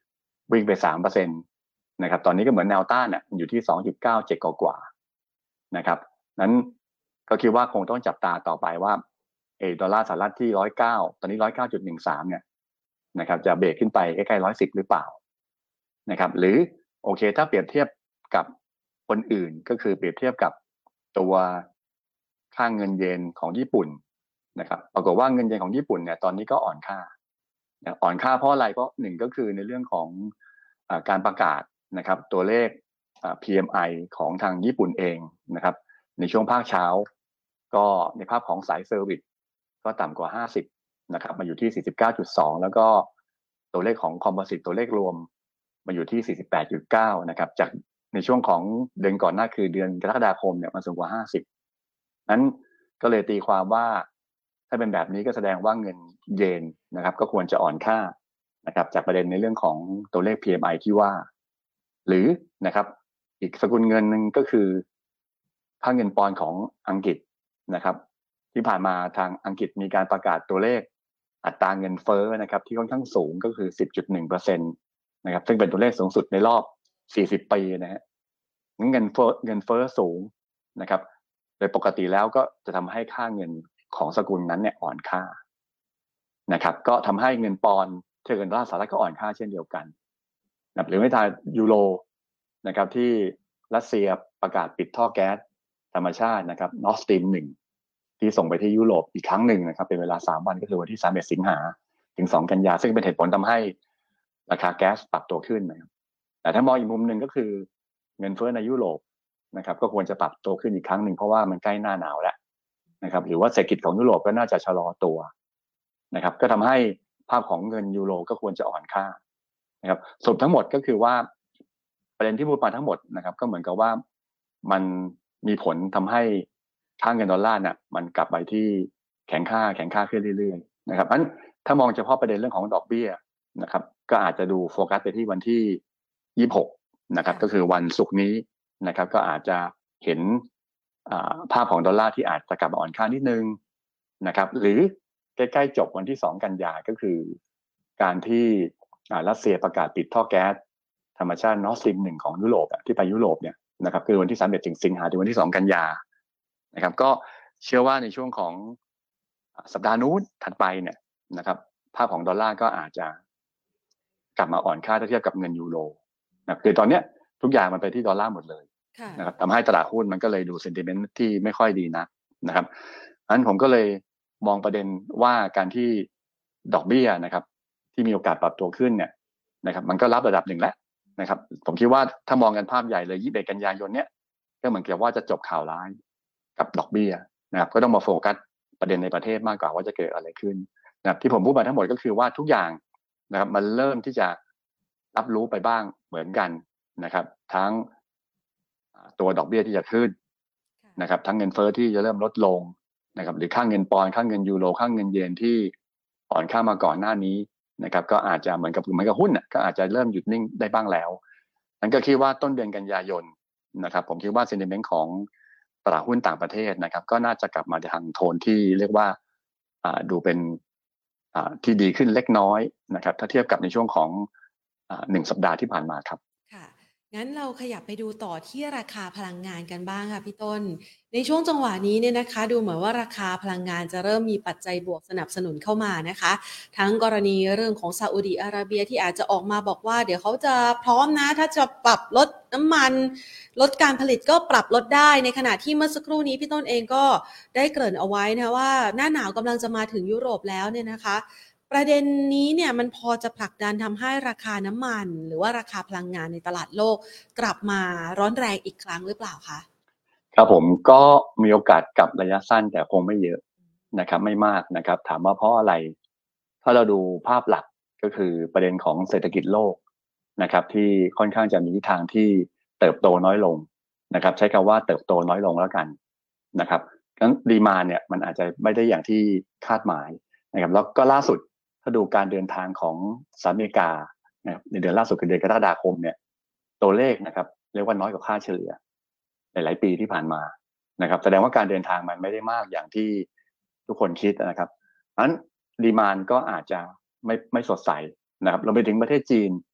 วิ่งไป สามเปอร์เซ็นต์ นะครับตอนนี้ก็เหมือนแนวต้านน่ะอยู่ที่ สองจุดเก้าเจ็ด กว่าๆนะครับนั้นก็คิดว่าคงต้องจับตาต่อไปว่าเอดอลลาร์สหรัฐที่หนึ่งร้อยเก้าตอนนี้ หนึ่งร้อยเก้าจุดหนึ่งสาม เนี่ยนะครับจะเบรกขึ้นไปใกล้ๆหนึ่งร้อยสิบหรือเปล่านะครับหรือโอเคถ้าเปรียบเทียบกับคนอื่นก็คือเปรียบเทียบกับตัวค่าเงินเยนของญี่ปุ่นนะครับปรากฏว่าเงินเยนของญี่ปุ่นเนี่ยตอนนี้ก็อ่อนค่าอ่อนค่าเพราะอะไรเพราะหนึ่งก็คือในเรื่องของอ่าการประกาศนะครับตัวเลขอ่า พี เอ็ม ไอ ของทางญี่ปุ่นเองนะครับในช่วงภาคเช้าก็ในภาพของสายเซอร์วิสก็ต่ำกว่าห้าสิบนะครับมาอยู่ที่ สี่สิบเก้าจุดสอง แล้วก็ตัวเลขของคอมโพสิตตัวเลขรวมมาอยู่ที่ สี่สิบแปดจุดเก้า นะครับจากในช่วงของเดือนก่อนหน้าคือเดือนกรกฎาคมเนี่ยมันสูงกว่าห้าสิบนั้นก็เลยตีความว่าถ้าเป็นแบบนี้ก็แสดงว่าเงินเยนนะครับก็ควรจะอ่อนค่านะครับจากประเด็นในเรื่องของตัวเลข พี เอ็ม ไอ ที่ว่าหรือนะครับอีกสกุลเงินนึงก็คือค่าเงินปอนด์ของอังกฤษนะครับที่ผ่านมาทางอังกฤษมีการประกาศตัวเลขอัตราเงินเฟ้อนะครับที่ค่อนข้างสูงก็คือ สิบจุดหนึ่งเปอร์เซ็นต์ นะครับซึ่งเป็นตัวเลขสูงสุดในรอบสี่สิบปีนะฮะเงินเฟ้อเงินเฟ้อสูงนะครับโดยปกติแล้วก็จะทำให้ค่าเงินของสกุลนั้นเนี่ยอ่อนค่านะครับก็ทำให้เงินปอนด์เทียบกับดอลลาร์สหรัฐก็อ่อนค่าเช่นเดียวกันนะหรือไม่ทางยูโรนะครับที่รัสเซียประกาศปิดท่อแก๊สธรรมชาตินะครับ Nord Stream หนึ่งที่ส่งไปที่ยุโรปอีกครั้งหนึ่งนะครับเป็นเวลาสามวันก็คือวันที่สามสิบเอ็ดสิงหาถึงสองกันยาซึ่งเป็นเหตุผลทำให้ราคาแก๊สปรับตัวขึ้นนะครับแต่ถ้ามองอีกมุมหนึ่งก็คือเงินเฟ้อในยุโรปนะครับก็ควรจะปรับตัวขึ้นอีกครั้งหนึ่งเพราะว่ามันใกล้หน้าหนาวแล้วนะครับหรือว่าเศรษฐกิจของยุโรปก็น่าจะชะลอตัวนะครับก็ทำให้ภาพของเงินยูโรก็ควรจะอ่อนค่านะครับสรุปทั้งหมดก็คือว่าประเด็นที่พูดมาทั้งหมดนะครับก็เหมือนกับว่ามันมีผลทำให้ค่าเงินดอลลาร์เนี่ยมันกลับไปที่แข็งค่าแข็งค่าขึ้นเรื่อยๆนะครับงั้นถ้ามองเฉพาะประเด็นเรื่องของดอกเบี้ยนะครับก็อาจจะดูโฟกัสไปที่วันที่ยี่สิบหกนะครับก็คือวันศุกร์นี้นะครับก็อาจจะเห็นภาพของดอลลาร์ที่อาจจะกลับมาอ่อนค่านิดนึงนะครับหรือใกล้ๆจบวันที่สองกันยาก็คือการที่รัสเซียประกาศปิดท่อแก๊สธรรมชาติ Nord Stream หนึ่งของยุโรปที่ไปยุโรปเนี่ยนะครับคือวันที่สามสิบเอ็ดถึงสิงหาถึงวันที่สองกันยานะครับก็เชื่อว่าในช่วงของสัปดาห์นู้นถัดไปเนี่ยนะครับภาพของดอลลาร์ก็อาจจะกลับมาอ่อนค่าถ้าเทียบกับเงินยูโรนะคือตอนนี้ทุกอย่างมันไปที่ดอลลาร์หมดเลยนะครับทำให้ตลาดหุ้นมันก็เลยดูเซนติเมนต์ที่ไม่ค่อยดีนักนะครับงั้นผมก็เลยมองประเด็นว่าการที่ดอกเบี้ยนะครับที่มีโอกาสปรับตัวขึ้นเนี่ยนะครับมันก็รับระดับหนึ่งแล้วนะครับผมคิดว่าถ้ามองกันภาพใหญ่เลยยี่สิบเอ็ดกันยายนเนี่ยก็เหมือนกับว่าจะจบข่าวร้ายกับดอกเบี้ยนะครับก็ต้องมาโฟกัสประเด็นในประเทศมากกว่าว่าจะเกิดอะไรขึ้นนะครับที่ผมพูดมาทั้งหมดก็คือว่าทุกอย่างนะครับมันเริ่มที่จะรับรู้ไปบ้างเหมือนกันนะครับทั้งตัวดอกเบี้ยที่จะขึ้นนะครับทั้งเงินเฟ้อที่จะเริ่มลดลงนะครับหรือค่าเงินปอนด์ค่าเงินยูโรค่าเงินเยนที่อ่อนค่ามาก่อนหน้านี้นะครับก็อาจจะเหมือนกับเหมือนกับหุ้นก็อาจจะเริ่มหยุดนิ่งได้บ้างแล้วนั้นก็คิดว่าต้นเดือนกันยายนนะครับผมคิดว่าเซนติเมนต์ของตลาดหุ้นต่างประเทศนะครับก็น่าจะกลับมาทางโทนที่เรียกว่าดูเป็นที่ดีขึ้นเล็กน้อยนะครับถ้าเทียบกับในช่วงของหนึ่งสัปดาห์ที่ผ่านมาครับค่ะงั้นเราขยับไปดูต่อที่ราคาพลังงานกันบ้างค่ะพี่ต้นในช่วงจังหวะนี้เนี่ยนะคะดูเหมือนว่าราคาพลังงานจะเริ่มมีปัจจัยบวกสนับสนุนเข้ามานะคะทั้งกรณีเรื่องของซาอุดิอาระเบียที่อาจจะออกมาบอกว่าเดี๋ยวเขาจะพร้อมนะถ้าจะปรับลดน้ำมันลดการผลิตก็ปรับลดได้ในขณะที่เมื่อสักครู่นี้พี่ต้นเองก็ได้เกริ่นเอาไว้นะว่าหน้าหนาวกำลังจะมาถึงยุโรปแล้วเนี่ยนะคะประเด็นนี้เนี่ยมันพอจะผลักดันทำให้ราคาน้ำมันหรือว่าราคาพลังงานในตลาดโลกกลับมาร้อนแรงอีกครั้งหรือเปล่าคะครับผมก็มีโอกาสกลับระยะสั้นแต่คงไม่เยอะนะครับไม่มากนะครับถามว่าเพราะอะไรถ้าเราดูภาพหลักก็คือประเด็นของเศรษฐกิจโลกนะครับที่ค่อนข้างจะมีทิศทางที่เติบโตน้อยลงนะครับใช้คำว่าเติบโตน้อยลงแล้วกันนะครับงั้นดีมานด์เนี่ยมันอาจจะไม่ได้อย่างที่คาดหมายนะครับแล้วก็ล่าสุดถ้าดูการเดินทางของสหรัฐอเมริกาในเดือนล่าสุดคือเดือนกรกฎาคมเนี่ยตัวเลขนะครับเรียกว่าน้อยกว่าค่าเฉลี่ยหลายๆปีที่ผ่านมานะครับแสดงว่าการเดินทางมันไม่ได้มากอย่างที่ทุกคนคิดนะครับงั้นดีมานด์ก็อาจจะไม่ไม่สดใสนะครับเราไปถึงประเทศจีน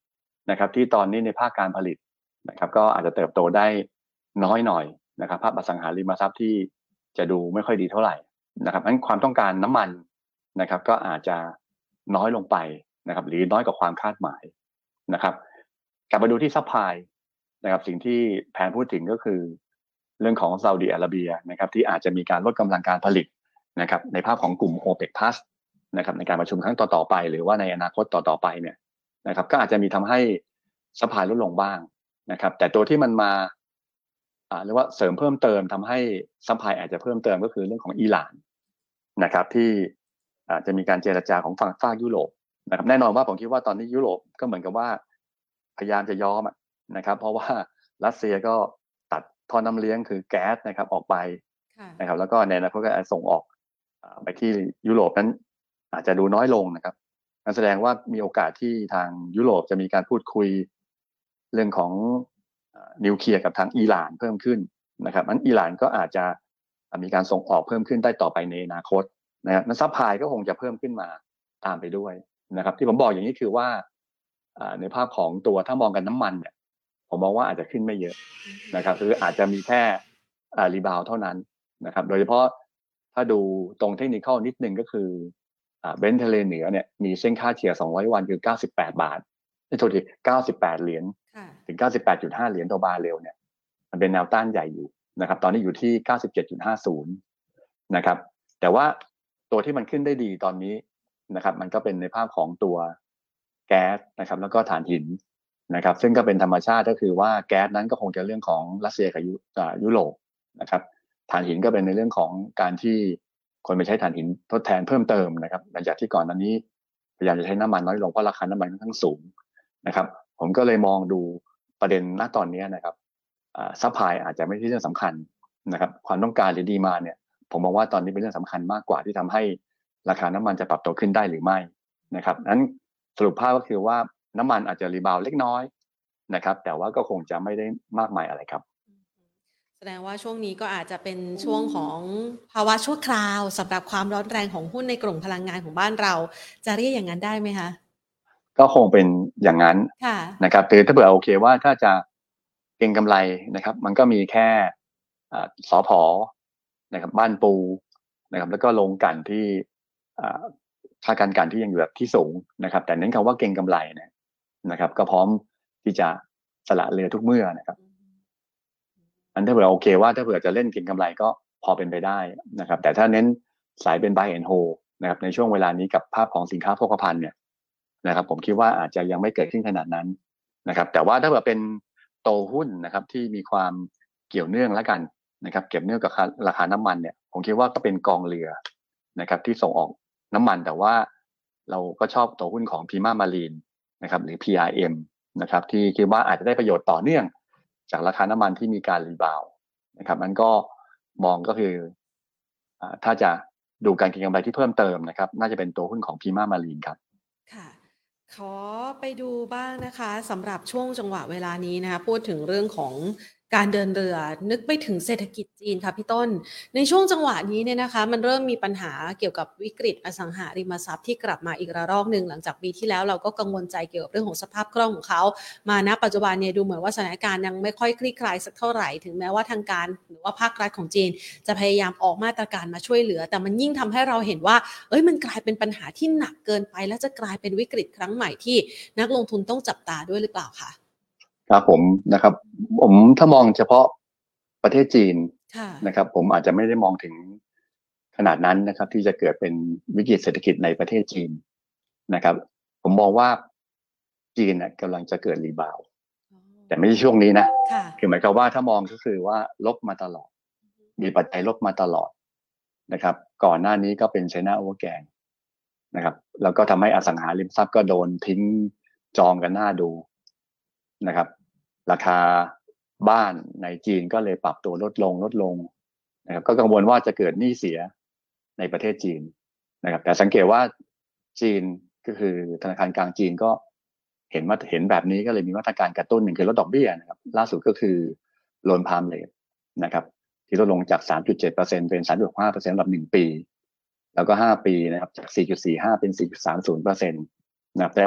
นะครับที่ตอนนี้ในภาคการผลิตนะครับก็อาจจะเติบโตได้น้อยหน่อยนะครับภาพอสังหาริมทรัพย์ที่จะดูไม่ค่อยดีเท่าไหร่นะครับงั้นความต้องการน้ำมันนะครับก็อาจจะน้อยลงไปนะครับหรือน้อยกว่าความคาดหมายนะครับกลับมาดูที่ซัพพลายนะครับสิ่งที่แผนพูดถึงก็คือเรื่องของซาอุดิอาระเบียนะครับที่อาจจะมีการลดกำลังการผลิตนะครับในภาพของกลุ่ม โอเปก Plus นะครับในการประชุมครั้งต่อๆไปหรือว่าในอนาคตต่อๆไปเนี่ยนะครับก็อาจจะมีทำให้ซัพพลายลดลงบ้างนะครับแต่ตัวที่มันมาอ่าเรียกว่าเสริมเพิ่มเติมทำให้ซัพพลายอาจจะเพิ่มเติมก็คือเรื่องของอิหร่านนะครับที่อาจจะมีการเจรจาของฝั่งฝั่งยุโรปนะครับแน่นอนว่าผมคิดว่าตอนนี้ยุโรปก็เหมือนกับว่าพยายามจะยอมนะครับเพราะว่ารัสเซียก็ตัดท่อน้ำเลี้ยงคือแก๊สนะครับออกไปนะครับแล้วก็ในอนาคตก็ส่งออกไปที่ยุโรปนั้นอาจจะดูน้อยลงนะครับนั่นแสดงว่ามีโอกาสที่ทางยุโรปจะมีการพูดคุยเรื่องของนิวเคลียร์กับทางอิหร่านเพิ่มขึ้นนะครับนั้นอิหร่านก็อาจจะมีการส่งออกเพิ่มขึ้นได้ต่อไปในอนาคตนะครับนั้นซัพพลายก็คงจะเพิ่มขึ้นมาตามไปด้วยนะครับที่ผมบอกอย่างนี้คือว่าในภาพของตัวถ้ามองกันน้ำมันเนี่ยผมมองว่าอาจจะขึ้นไม่เยอะนะครับคืออาจจะมีแค่รีบาวเท่านั้นนะครับโดยเฉพาะถ้าดูตรงเทคนิคนิดนึงก็คือเบรนท์ทะเลเหนือเนี่ยมีเส้นค่าเฉลี่ยสองร้อยวันคือเก้าสิบแปดบาทโทษทีเก้าสิบแปดเหรียญถึง เก้าสิบแปดจุดห้า เหรียญต่อบาร์เรลเนี่ยมันเป็นแนวต้านใหญ่อยู่นะครับตอนนี้อยู่ที่ เก้าสิบเจ็ดจุดห้าศูนย์ นะครับแต่ว่าตัวที่มันขึ้นได้ดีตอนนี้นะครับมันก็เป็นในภาพของตัวแก๊สนะครับแล้วก็ถ่านหินนะครับซึ่งก็เป็นธรรมชาติก็คือว่าแก๊สนั้นก็คงจะเรื่องของรัสเซียกับยุโรปนะครับถ่านหินก็เป็นในเรื่องของการที่คนไปใช้ถ่านหินทดแทนเพิ่มเติมนะครับหลังจากที่ก่อนหน้านี้พยายามจะใช้น้ำมันน้อยลงเพราะราคาน้ำมันค่อนข้างสูงนะครับผมก็เลยมองดูประเด็นณตอนนี้นะครับซัพพลายอาจจะไม่ใช่เรื่องสำคัญนะครับความต้องการหรือดีมานด์เนี่ยผมมองว่าตอนนี้เป็นเรื่องสำคัญมากกว่าที่ทำให้ราคาน้ำมันจะปรับตัวขึ้นได้หรือไม่นะครับนั้นสรุปภาพก็คือว่าน้ำมันอาจจะรีบาวเล็กน้อยนะครับแต่ว่าก็คงจะไม่ได้มากมายอะไรครับแสดงว่าช่วงนี้ก็อาจจะเป็นช่วงของภาวะชั่วคราวสำหรับความร้อนแรงของหุ้นในกลุ่มพลังงานของบ้านเราจะเรียกอย่างนั้นได้ไหมคะก็คงเป็นอย่างนั้นนะครับแต่ถ้าเผื่อโอเคว่าถ้าจะเก็งกำไรนะครับมันก็มีแค่สผนะครับบ้านปูนะครับแล้วก็ลงกันที่ค่าการกันที่ยังอยู่แบบที่สูงนะครับแต่เน้นคำว่าเก็งกำไรนะนะครับก็พร้อมที่จะสละเรือทุกเมื่อนะครับอันถ้าเผื่อโอเคว่าถ้าเผื่อจะเล่นเก็งกำไรก็พอเป็นไปได้นะครับแต่ถ้าเน้นสายเป็น buy and hold นะครับในช่วงเวลานี้กับภาพของสินค้าโภคภัณฑ์เนี่ยนะครับผมคิดว่าอาจจะยังไม่เกิดขึ้นขนาดนั้นนะครับแต่ว่าถ้าเผื่อเป็นโตหุ้นนะครับที่มีความเกี่ยวเนื่องแล้วกันนะครับเก็บเนื่องกับราคาน้ำมันเนี่ยผมคิดว่าก็เป็นกองเรือนะครับที่ส่งออกน้ำมันแต่ว่าเราก็ชอบตัวหุ้นของ Prima Marine นะครับหรือ พี อาร์ เอ็ม นะครับที่คิดว่าอาจจะได้ประโยชน์ต่อเนื่องจากราคาน้ำมันที่มีการรีบาวด์นะครับมันก็มองก็คือถ้าจะดูการเก็งกำไรที่เพิ่มเติมนะครับน่าจะเป็นตัวหุ้นของ Prima Marine ครับค่ะขอไปดูบ้างนะคะสำหรับช่วงจังหวะเวลานี้นะคะพูดถึงเรื่องของการเดินเรือนึกไปถึงเศรษฐกิจจีนค่ะพี่ต้นในช่วงจังหวะนี้เนี่ยนะคะมันเริ่มมีปัญหาเกี่ยวกับวิกฤตอสังหาริมทรัพย์ที่กลับมาอีกระลอกนึงหลังจากปีที่แล้วเราก็กังวลใจเกี่ยวกับเรื่องของสภาพคล่องของเขามาณปัจจุบันเนี่ยดูเหมือนว่าสถานการณ์ยังไม่ค่อยคลี่คลายสักเท่าไหร่ถึงแม้ว่าทางการหรือว่าภาครัฐของจีนจะพยายามออกมาตรการมาช่วยเหลือแต่มันยิ่งทำให้เราเห็นว่าเอ้ยมันกลายเป็นปัญหาที่หนักเกินไปและจะกลายเป็นวิกฤตครั้งใหม่ที่นักลงทุนต้องจับตาด้วยหรือเปล่าคะครับผมนะครับผมถ้ามองเฉพาะประเทศจีนนะครับผมอาจจะไม่ได้มองถึงขนาดนั้นนะครับที่จะเกิดเป็นวิกฤตเศรษฐกิจในประเทศจีนนะครับผมมองว่าจีนน่ะกำลังจะเกิดรีบาวด์แต่ไม่ใช่ช่วงนี้นะคือหมายความว่าถ้ามองก็คือว่าลบมาตลอดมีปัจจัยลบมาตลอดนะครับก่อนหน้านี้ก็เป็น China Overhang นะครับแล้วก็ทำให้อสังหาริมทรัพย์ก็โดนทิ้งจองกันหน้าดูนะครับราคาบ้านในจีนก็เลยปรับตัวลดลงลดลงนะครับก็กังวลว่าจะเกิดหนี้เสียในประเทศจีนนะครับแต่สังเกตว่าจีนก็คือธนาคารกลางจีนก็เห็นว่าเห็นแบบนี้ก็เลยมีมาตรการกระตุ้นหนึ่งคือลดดอกเบี้ยนะครับล่าสุดก็คือโลนพามเรทนะครับที่ลดลงจาก สามจุดเจ็ดเปอร์เซ็นต์ เป็น สามจุดห้าเปอร์เซ็นต์ สำหรับหนึ่งปีแล้วก็ห้าปีนะครับจาก สี่จุดสี่ห้า เป็น สี่จุดสามศูนย์เปอร์เซ็นต์ นะครับแสดงว่า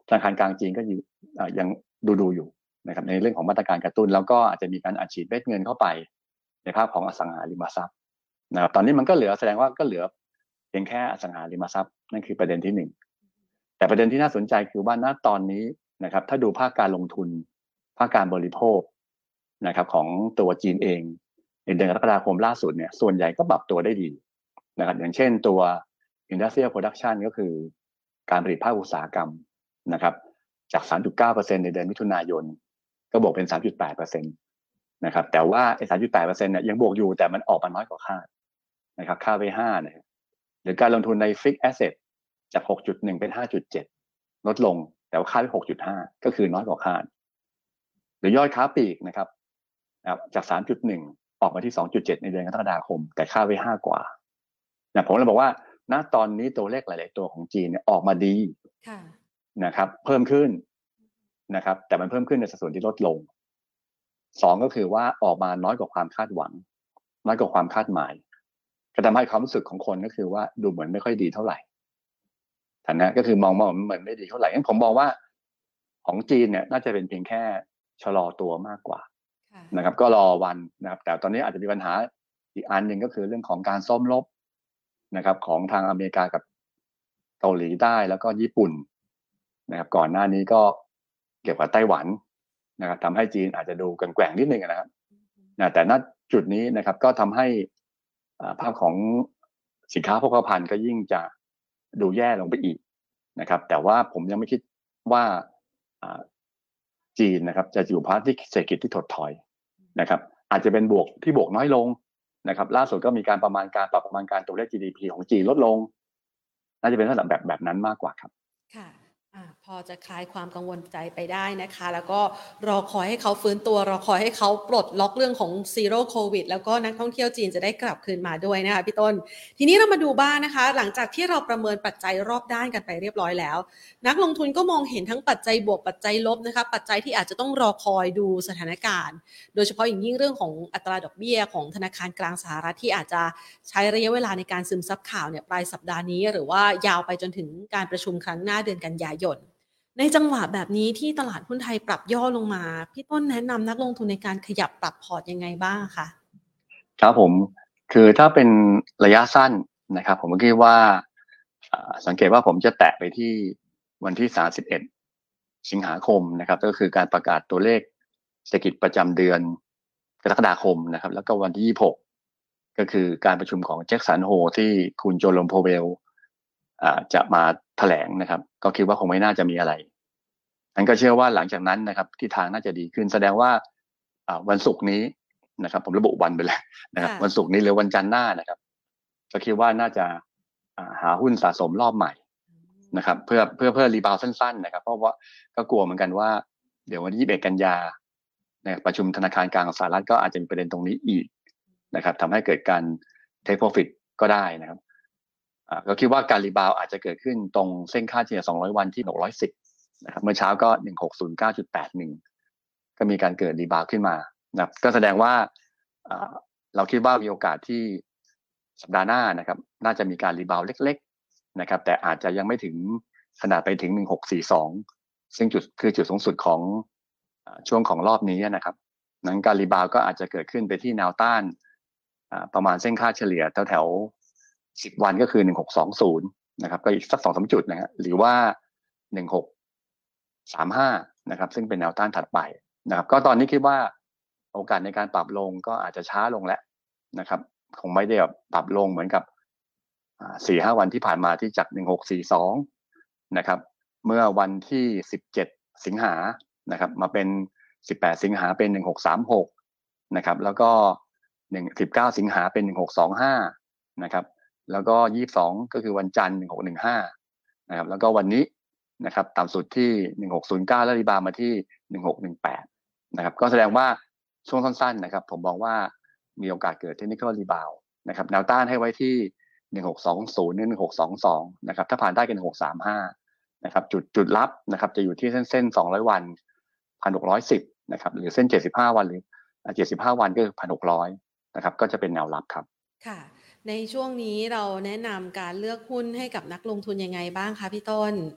ธนาคารกลางจีนก็ยังดูดูอยู่นะครับในเรื่องของมาตรการกระตุ้นแล้วก็อาจจะมีการอัดฉีดเม็ดเงินเข้าไปในภาพของอสังหาริมทรัพย์นะครับตอนนี้มันก็เหลือแสดงว่าก็เหลือเพียงแค่อสังหาริมทรัพย์นั่นคือประเด็นที่หนึ่งแต่ประเด็นที่น่าสนใจคือว่าณตอนนี้นะครับถ้าดูภาคการลงทุนภาคการบริโภคนะครับของตัวจีนเองในเดือนกรกฎาคมล่าสุดเนี่ยส่วนใหญ่ก็ปรับตัวได้ดีนะครับอย่างเช่นตัว Industrial Production ก็คือการผลิตภาคอุตสาหกรรมนะครับจาก สามจุดเก้าเปอร์เซ็นต์ ในเดือนมิถุนายนก็บวกเป็น สามจุดแปดเปอร์เซ็นต์ นะครับแต่ว่าไอ้ สามจุดแปดเปอร์เซ็นต์ เนี่ยยังบวกอยู่แต่มันออกมาน้อยกว่าคาดนะครับคาดไว้ห้านะครับหรือการลงทุนใน Fixed Asset จาก หกจุดหนึ่ง เป็น ห้าจุดเจ็ด ลดลงแต่ว่าคาดไว้ หกจุดห้า ก็คือน้อยกว่าคาดหรือยอดค้าปลีกนะครับจาก สามจุดหนึ่ง ออกมาที่ สองจุดเจ็ด ในเดือนกรกฎาคมแต่คาดไว้ห้ากว่านะผมเลยบอกว่าณตอนนี้ตัวเลขหลายๆตัวของจีนเนี่ยออกมาดีนะครับเพิ่มขึ้นนะครับแต่มันเพิ่มขึ้นในสัดส่วนที่ลดลงสองก็คือว่าออกมาน้อยกว่าความคาดหวังน้อยกว่าความคาดหมายก็ทำให้ความรู้สึกของคนก็คือว่าดูเหมือนไม่ค่อยดีเท่าไหร่ฐานะก็คือมองมองเหมือนไม่ดีเท่าไหร่งั้นผมมองว่าของจีนเนี่ยน่าจะเป็นเพียงแค่ชะลอตัวมากกว่านะครับก็รอวันนะครับแต่ตอนนี้อาจจะมีปัญหาอีกอันหนึ่งก็คือเรื่องของการซ่อมรบนะครับของทางอเมริกากับเกาหลีใต้แล้วก็ญี่ปุ่นนะครับก่อนหน้านี้ก็เกี่ยวกับไต้หวันนะครับทำให้จีนอาจจะดูแกว่งๆนิดนึงนะครับนะแต่ณจุดนี้นะครับก็ทำให้ภาพของสินค้าโภคภัณฑ์ก็ยิ่งจะดูแย่ลงไปอีกนะครับแต่ว่าผมยังไม่คิดว่าจีนนะครับจะอยู่ภาวะที่เศรษฐกิจที่ถดถอยนะครับอาจจะเป็นบวกที่บวกน้อยลงนะครับล่าสุดก็มีการประมาณการปรับประมาณการตัวเลข จี ดี พี ของจีนลดลงน่าจะเป็นลักษณะแบบแบบนั้นมากกว่าครับค่ะพอจะคลายความกังวลใจไปได้นะคะแล้วก็รอคอยให้เขาฟื้นตัวรอคอยให้เขาปลดล็อกเรื่องของซีโร่โควิดแล้วก็นักท่องเที่ยวจีนจะได้กลับคืนมาด้วยนะคะพี่ต้นทีนี้เรามาดูบ้างนะคะหลังจากที่เราประเมินปัจจัยรอบด้านกันไปเรียบร้อยแล้วนักลงทุนก็มองเห็นทั้งปัจจัยบวกปัจจัยลบนะคะปัจจัยที่อาจจะต้องรอคอยดูสถานการณ์โดยเฉพาะอย่างยิ่งเรื่องของอัตราดอกเบี้ยของธนาคารกลางสหรัฐที่อาจจะใช้ระยะเวลาในการซึมซับข่าวเนี่ยปลายสัปดาห์นี้หรือว่ายาวไปจนถึงการประชุมครั้งหน้าเดือนกันยายนในจังหวะแบบนี้ที่ตลาดหุ้นไทยปรับย่อลงมาพี่ต้นแนะนำนักลงทุนในการขยับปรับพอร์ตยังไงบ้างคะครับผมคือถ้าเป็นระยะสั้นนะครับผมคิดว่าสังเกตว่าผมจะแตะไปที่วันที่สามสิบเอ็ดสิงหาคมนะครับก็คือการประกาศตัวเลขเศรษฐกิจประจำเดือนกรกฎาคมนะครับแล้วก็วันที่ยี่สิบหกก็คือการประชุมของแจ็คสันโฮที่คุณโจโรมโพเวลจะมาแถลงนะครับก็คิดว่าคงไม่น่าจะมีอะไรนั้นก็เชื่อว่าหลังจากนั้นนะครับที่ทางน่าจะดีขึ้นแสดงว่าวันศุกร์นี้นะครับผมระบุวันไปเลยนะครับวันศุกร์นี้หรือวันจันทร์หน้านะครับก็คิดว่าน่าจะหาหุ้นสะสมรอบใหม่นะครับเพื่อเพื่อเพื่อรีบาวสั้นๆนะครับเพราะว่าก็กลัวเหมือนกันว่าเดี๋ยววันที่ยี่สิบเอ็ดกันยาในประชุมธนาคารกลางสหรัฐก็อาจจะมีประเด็นตรงนี้อีกนะครับทำให้เกิดการ take profit ก็ได้นะครับก็คิดว่าการรีบาวอาจจะเกิดขึ้นตรงเส้นค่าเฉลี่ยสองร้อยวันที่หกร้อยสิบนะครับเมื่อเช้าก็ หนึ่งหกศูนย์เก้าจุดแปดหนึ่ง ก็มีการเกิดรีบาวขึ้นมานะครับก็แสดงว่าเราคิดว่ามีโอกาสที่สัปดาห์หน้านะครับน่าจะมีการรีบาวเล็กๆนะครับแต่อาจจะยังไม่ถึงขนาดไปถึงหนึ่งหกสี่สองซึ่งจุดคือจุดสูงสุดของช่วงของรอบนี้นะครับนั้นการรีบาวก็อาจจะเกิดขึ้นไปที่แนวต้านประมาณเส้นค่าเฉลี่ยแถวๆสิบวันก็คือหนึ่งหกสองศูนย์นะครับก็อีกสัก สองถึงสาม จุดนะฮะหรือว่าหนึ่งหกสามห้านะครับซึ่งเป็นแนวต้านถัดไปนะครับก็ตอนนี้คิดว่าโอกาสในการปรับลงก็อาจจะช้าลงแล้วนะครับคงไม่ได้แบบปรับลงเหมือนกับ สี่ห้า วันที่ผ่านมาที่จากหนึ่งหกสี่สองนะครับเมื่อวันที่สิบเจ็ดสิงหานะครับมาเป็นสิบแปดสิงหาเป็นหนึ่งหกสามหกนะครับแล้วก็สิบเก้าสิงหาเป็นหนึ่งหกสองห้านะครับแล้วก็ยี่สิบสองก็คือวันจันทร์หนึ่งหกหนึ่งห้านะครับแล้วก็วันนี้นะครับต่ำสุดที่หนึ่งหกศูนย์เก้าแล้วรีบาวมาที่หนึ่งหกหนึ่งแปดนะครับก็แสดงว่าช่วงสั้นๆนะครับผมมองว่ามีโอกาสเกิด Technical Rebound นะครับแนวต้านให้ไว้ที่หนึ่งหกสองศูนย์ หนึ่งหกสองสองนะครับถ้าผ่านได้ก็หนึ่งหกสามห้านะครับจุดจุดรับนะครับจะอยู่ที่เส้นเส้นสองร้อยวัน หนึ่งพันหกร้อยสิบนะครับหรือเส้นเจ็ดสิบห้าวันหรือเจ็ดสิบห้าวันก็คือ หนึ่งพันหกร้อยนะครับก็จะเป็นแนวรับครับค่ะในช่วงนี้เราแนะนำการเลือกหุ้นให้กับนักลงทุนยังไงบ้างคะพี่ต้น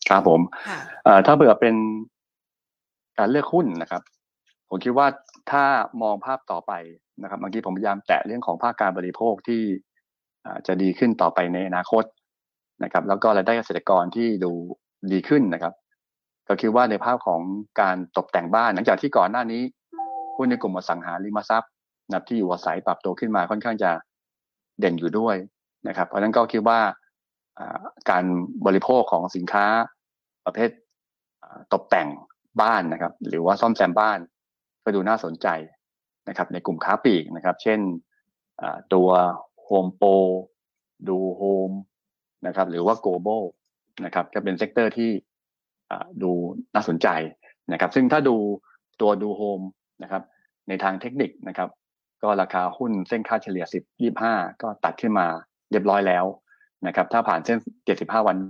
ครับผมถ้าเผื่อเป็นการเลือกหุ้นนะครับผมคิดว่าถ้ามองภาพต่อไปนะครับเมื่อกี้ผมพยายามแตะเรื่องของภาคการบริโภคที่จะดีขึ้นต่อไปในอนาคตนะครับแล้วก็รายได้เกษตรกรที่ดูดีขึ้นนะครับก็คิดว่าในภาพของการตกแต่งบ้านหลังจากที่ก่อนหน้านี้หุ้นในกลุ่มอสังหาริมทรัพย์นะที่อยู่อาศัยปรับตัวขึ้นมาค่อนข้างจะเด่นอยู่ด้วยนะครับเพราะฉะนั้นก็คิดว่าการบริโภคของสินค้าประเภทตกแต่งบ้านนะครับหรือว่าซ่อมแซมบ้านก็ดูน่าสนใจนะครับในกลุ่มค้าปลีกนะครับเช่นตัว Home Pro ดูโฮมนะครับหรือว่า Global นะครับก็เป็นเซกเตอร์ที่ดูน่าสนใจนะครับซึ่งถ้าดูตัวดูโฮมนะครับในทางเทคนิคนะครับก็ราคาหุ้นเส้นค่าเฉลี่ยสิบ ยี่สิบห้าก็ตัดขึ้นมาเรียบร้อยแล้วนะครับถ้าผ่านเส้นเจ็ดสิบห้าวัน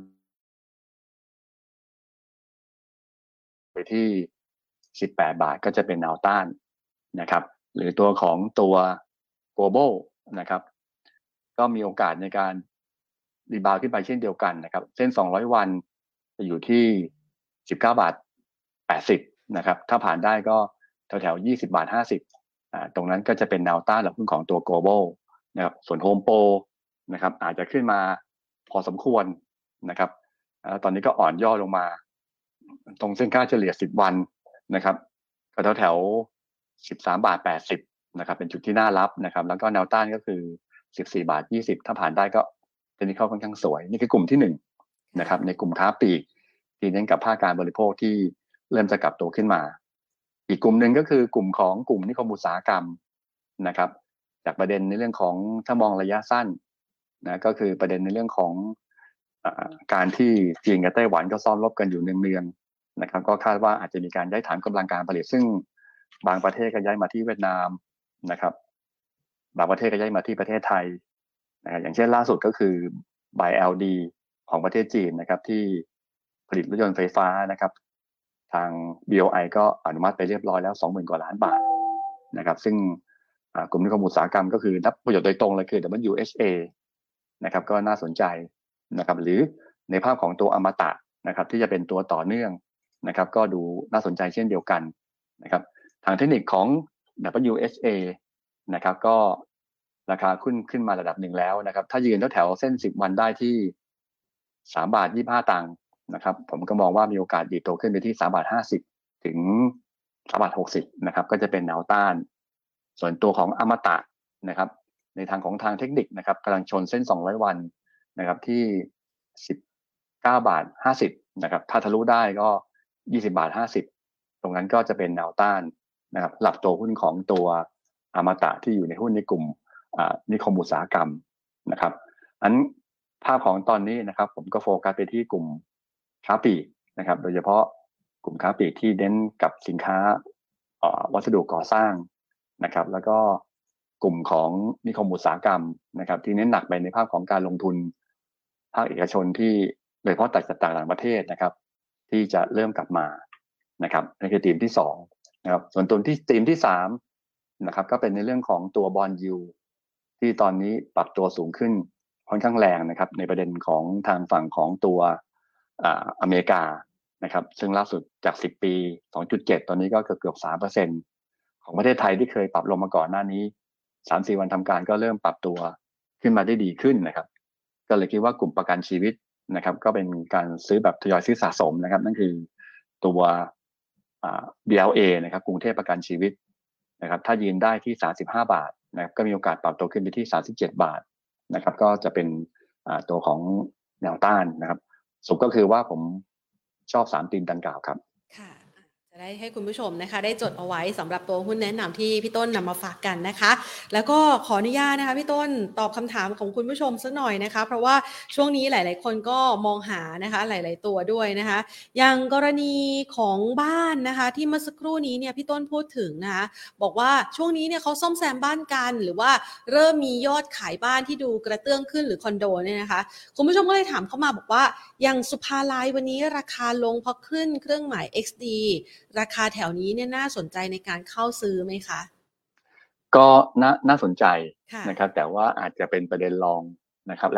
ไปที่สิบแปดบาทก็จะเป็นแนวต้านนะครับหรือตัวของตัว Global นะครับก็มีโอกาสในการรีบาวด์ขึ้นไปเช่นเดียวกันนะครับเส้นสองร้อยวันจะอยู่ที่สิบเก้าบาทแปดสิบนะครับถ้าผ่านได้ก็แถวๆยี่สิบบาทห้าสิบอ่าตรงนั้นก็จะเป็นแนวต้านหลักหุ้นของตัว Global นะครับส่วน Home Pro นะครับอาจจะขึ้นมาพอสมควรนะครับตอนนี้ก็อ่อนย่อลงมาตรงเส้นค่าเฉลี่ยสิบวันนะครับก็แถวแถวสิบสามบาทแปดสิบนะครับเป็นจุดที่น่ารับนะครับแล้วก็แนวต้านก็คือสิบสี่บาทยี่สิบถ้าผ่านได้ก็เทคนิคค่อนข้างสวยนี่คือกลุ่มที่หนึ่งนะครับในกลุ่มค้าปลีกที่เน้นกับภาคการบริโภคที่เริ่มจะกลับตัวขึ้นมาอีกกลุ่มหนึ่งก็คือกลุ่มของกลุ่มนิคมอุตสาหกรรมนะครับจากประเด็นในเรื่องของถ้ามองระยะสั้นนะก็คือประเด็นในเรื่องของการที่จีนกับไต้หวันก็ซ้อมรบกันอยู่เนืองๆนะครับก็คาดว่าอาจจะมีการย้ายฐานกำลังการผลิตซึ่งบางประเทศก็ย้ายมาที่เวียดนามนะครับบางประเทศก็ย้ายมาที่ประเทศไทยนะครับอย่างเช่นล่าสุดก็คือ บี แอล ดี ของประเทศจีนนะครับที่ผลิตรถยนต์ไฟฟ้านะครับทาง บี โอ ไอ ก็อนุมัติไปเรียบร้อยแล้ว สองหมื่น กว่าล้านบาทนะครับซึ่งกลุ่มนิคมอุตสาหกรรมก็คือรับประโยชน์โดยตรงเลยคือ ดับเบิลยู เอช เอ นะครับก็น่าสนใจนะครับหรือในภาพของตัวอมตะนะครับที่จะเป็นตัวต่อเนื่องนะครับก็ดูน่าสนใจเช่นเดียวกันนะครับทางเทคนิคของ ดับเบิลยู เอช เอ นะครับก็ราคาขึ้นขึ้นมาระดับหนึ่งแล้วนะครับถ้ายืนแถวๆเส้นสิบวันได้ที่สามบาทยี่สิบห้าตังค์นะครับผมก็มองว่ามีโอกาสดีดตัวขึ้นไปที่สามบาทห้าสิบถึงสามบาทหกสิบนะครับก็จะเป็นแนวต้านส่วนตัวของอมตะนะครับในทางของทางเทคนิคนะครับกำลังชนเส้นสองร้อยวันนะครับที่สิบเก้าบาทห้าสิบนะครับถ้าทะลุได้ก็ยี่สิบบาทห้าสิบตรงนั้นก็จะเป็นแนวต้านนะครับหลับตัวหุ้นของตัวอมตะที่อยู่ในหุ้นในกลุ่มนิคมอุตสาหกรรมนะครับอันภาพของตอนนี้นะครับผมก็โฟกัสไปที่กลุ่มค้าปลีกนะครับโดยเฉพาะกลุ่มค้าปลีกที่เน้นกับสินค้าวัสดุก่อสร้างนะครับแล้วก็กลุ่มของนิคมอุตสาหกรรมนะครับที่เน้นหนักไปในภาพของการลงทุนภาคเอกชนที่โดยเฉพาะจากต่างประเทศนะครับที่จะเริ่มกลับมานะครับนี่คือธีมที่สองนะครับส่วนตัวที่ธีมที่สามนะครับก็เป็นในเรื่องของตัวบอนด์ยิลด์ที่ตอนนี้ปรับตัวสูงขึ้นค่อนข้างแรงนะครับในประเด็นของทางฝั่งของตัวอ่าอเมริกานะครับซึ่งล่าสุดจากสิบปี สองจุดเจ็ด ตอนนี้ก็เกือบเกือบ สามเปอร์เซ็นต์ ของประเทศไทยที่เคยปรับลงมาก่อนหน้านี้ สามถึงสี่ วันทำการก็เริ่มปรับตัวขึ้นมาได้ดีขึ้นนะครับก็เลยคิดว่ากลุ่มประกันชีวิตนะครับก็เป็นการซื้อแบบทยอยซื้อสะสมนะครับนั่นคือตัวอ่า บี แอล เอ นะครับกรุงเทพประกันชีวิตนะครับถ้ายืนได้ที่สามสิบห้าบาทนะครับก็มีโอกาสปรับตัวขึ้นไปที่สามสิบเจ็ดบาทนะครับก็จะเป็นอ่าตัวของแนวต้านนะครับสรุปก็คือว่าผมชอบสามธีมดังกล่าวครับค่ะจะได้ให้คุณผู้ชมนะคะได้จดเอาไว้สำหรับตัวหุ้นแนะนำที่พี่ต้นนำมาฝากกันนะคะแล้วก็ขออนุญาตนะคะพี่ต้นตอบคำถามของคุณผู้ชมสักหน่อยนะคะเพราะว่าช่วงนี้หลายๆคนก็มองหานะคะหลายๆตัวด้วยนะคะอย่างกรณีของบ้านนะคะที่เมื่อสักครู่นี้เนี่ยพี่ต้นพูดถึงนะคะบอกว่าช่วงนี้เนี่ยเขาซ่อมแซมบ้านกันหรือว่าเริ่มมียอดขายบ้านที่ดูกระเตื้องขึ้นหรือคอนโดเนี่ยนะคะคุณผู้ชมก็เลยถามเข้ามาบอกว่าอย่างสุภาลัยวันนี้ราคาลงเพราะขึ้นเครื่องหมาย เอ็กซ์ ดี ราคาแถวนี้เนี่ยน่าสนใจในการเข้าซื้อไหมคะก็น่าน่าสนใจนะครับแต่ว่าอาจจะเป็นประเด็นรองนะครับและ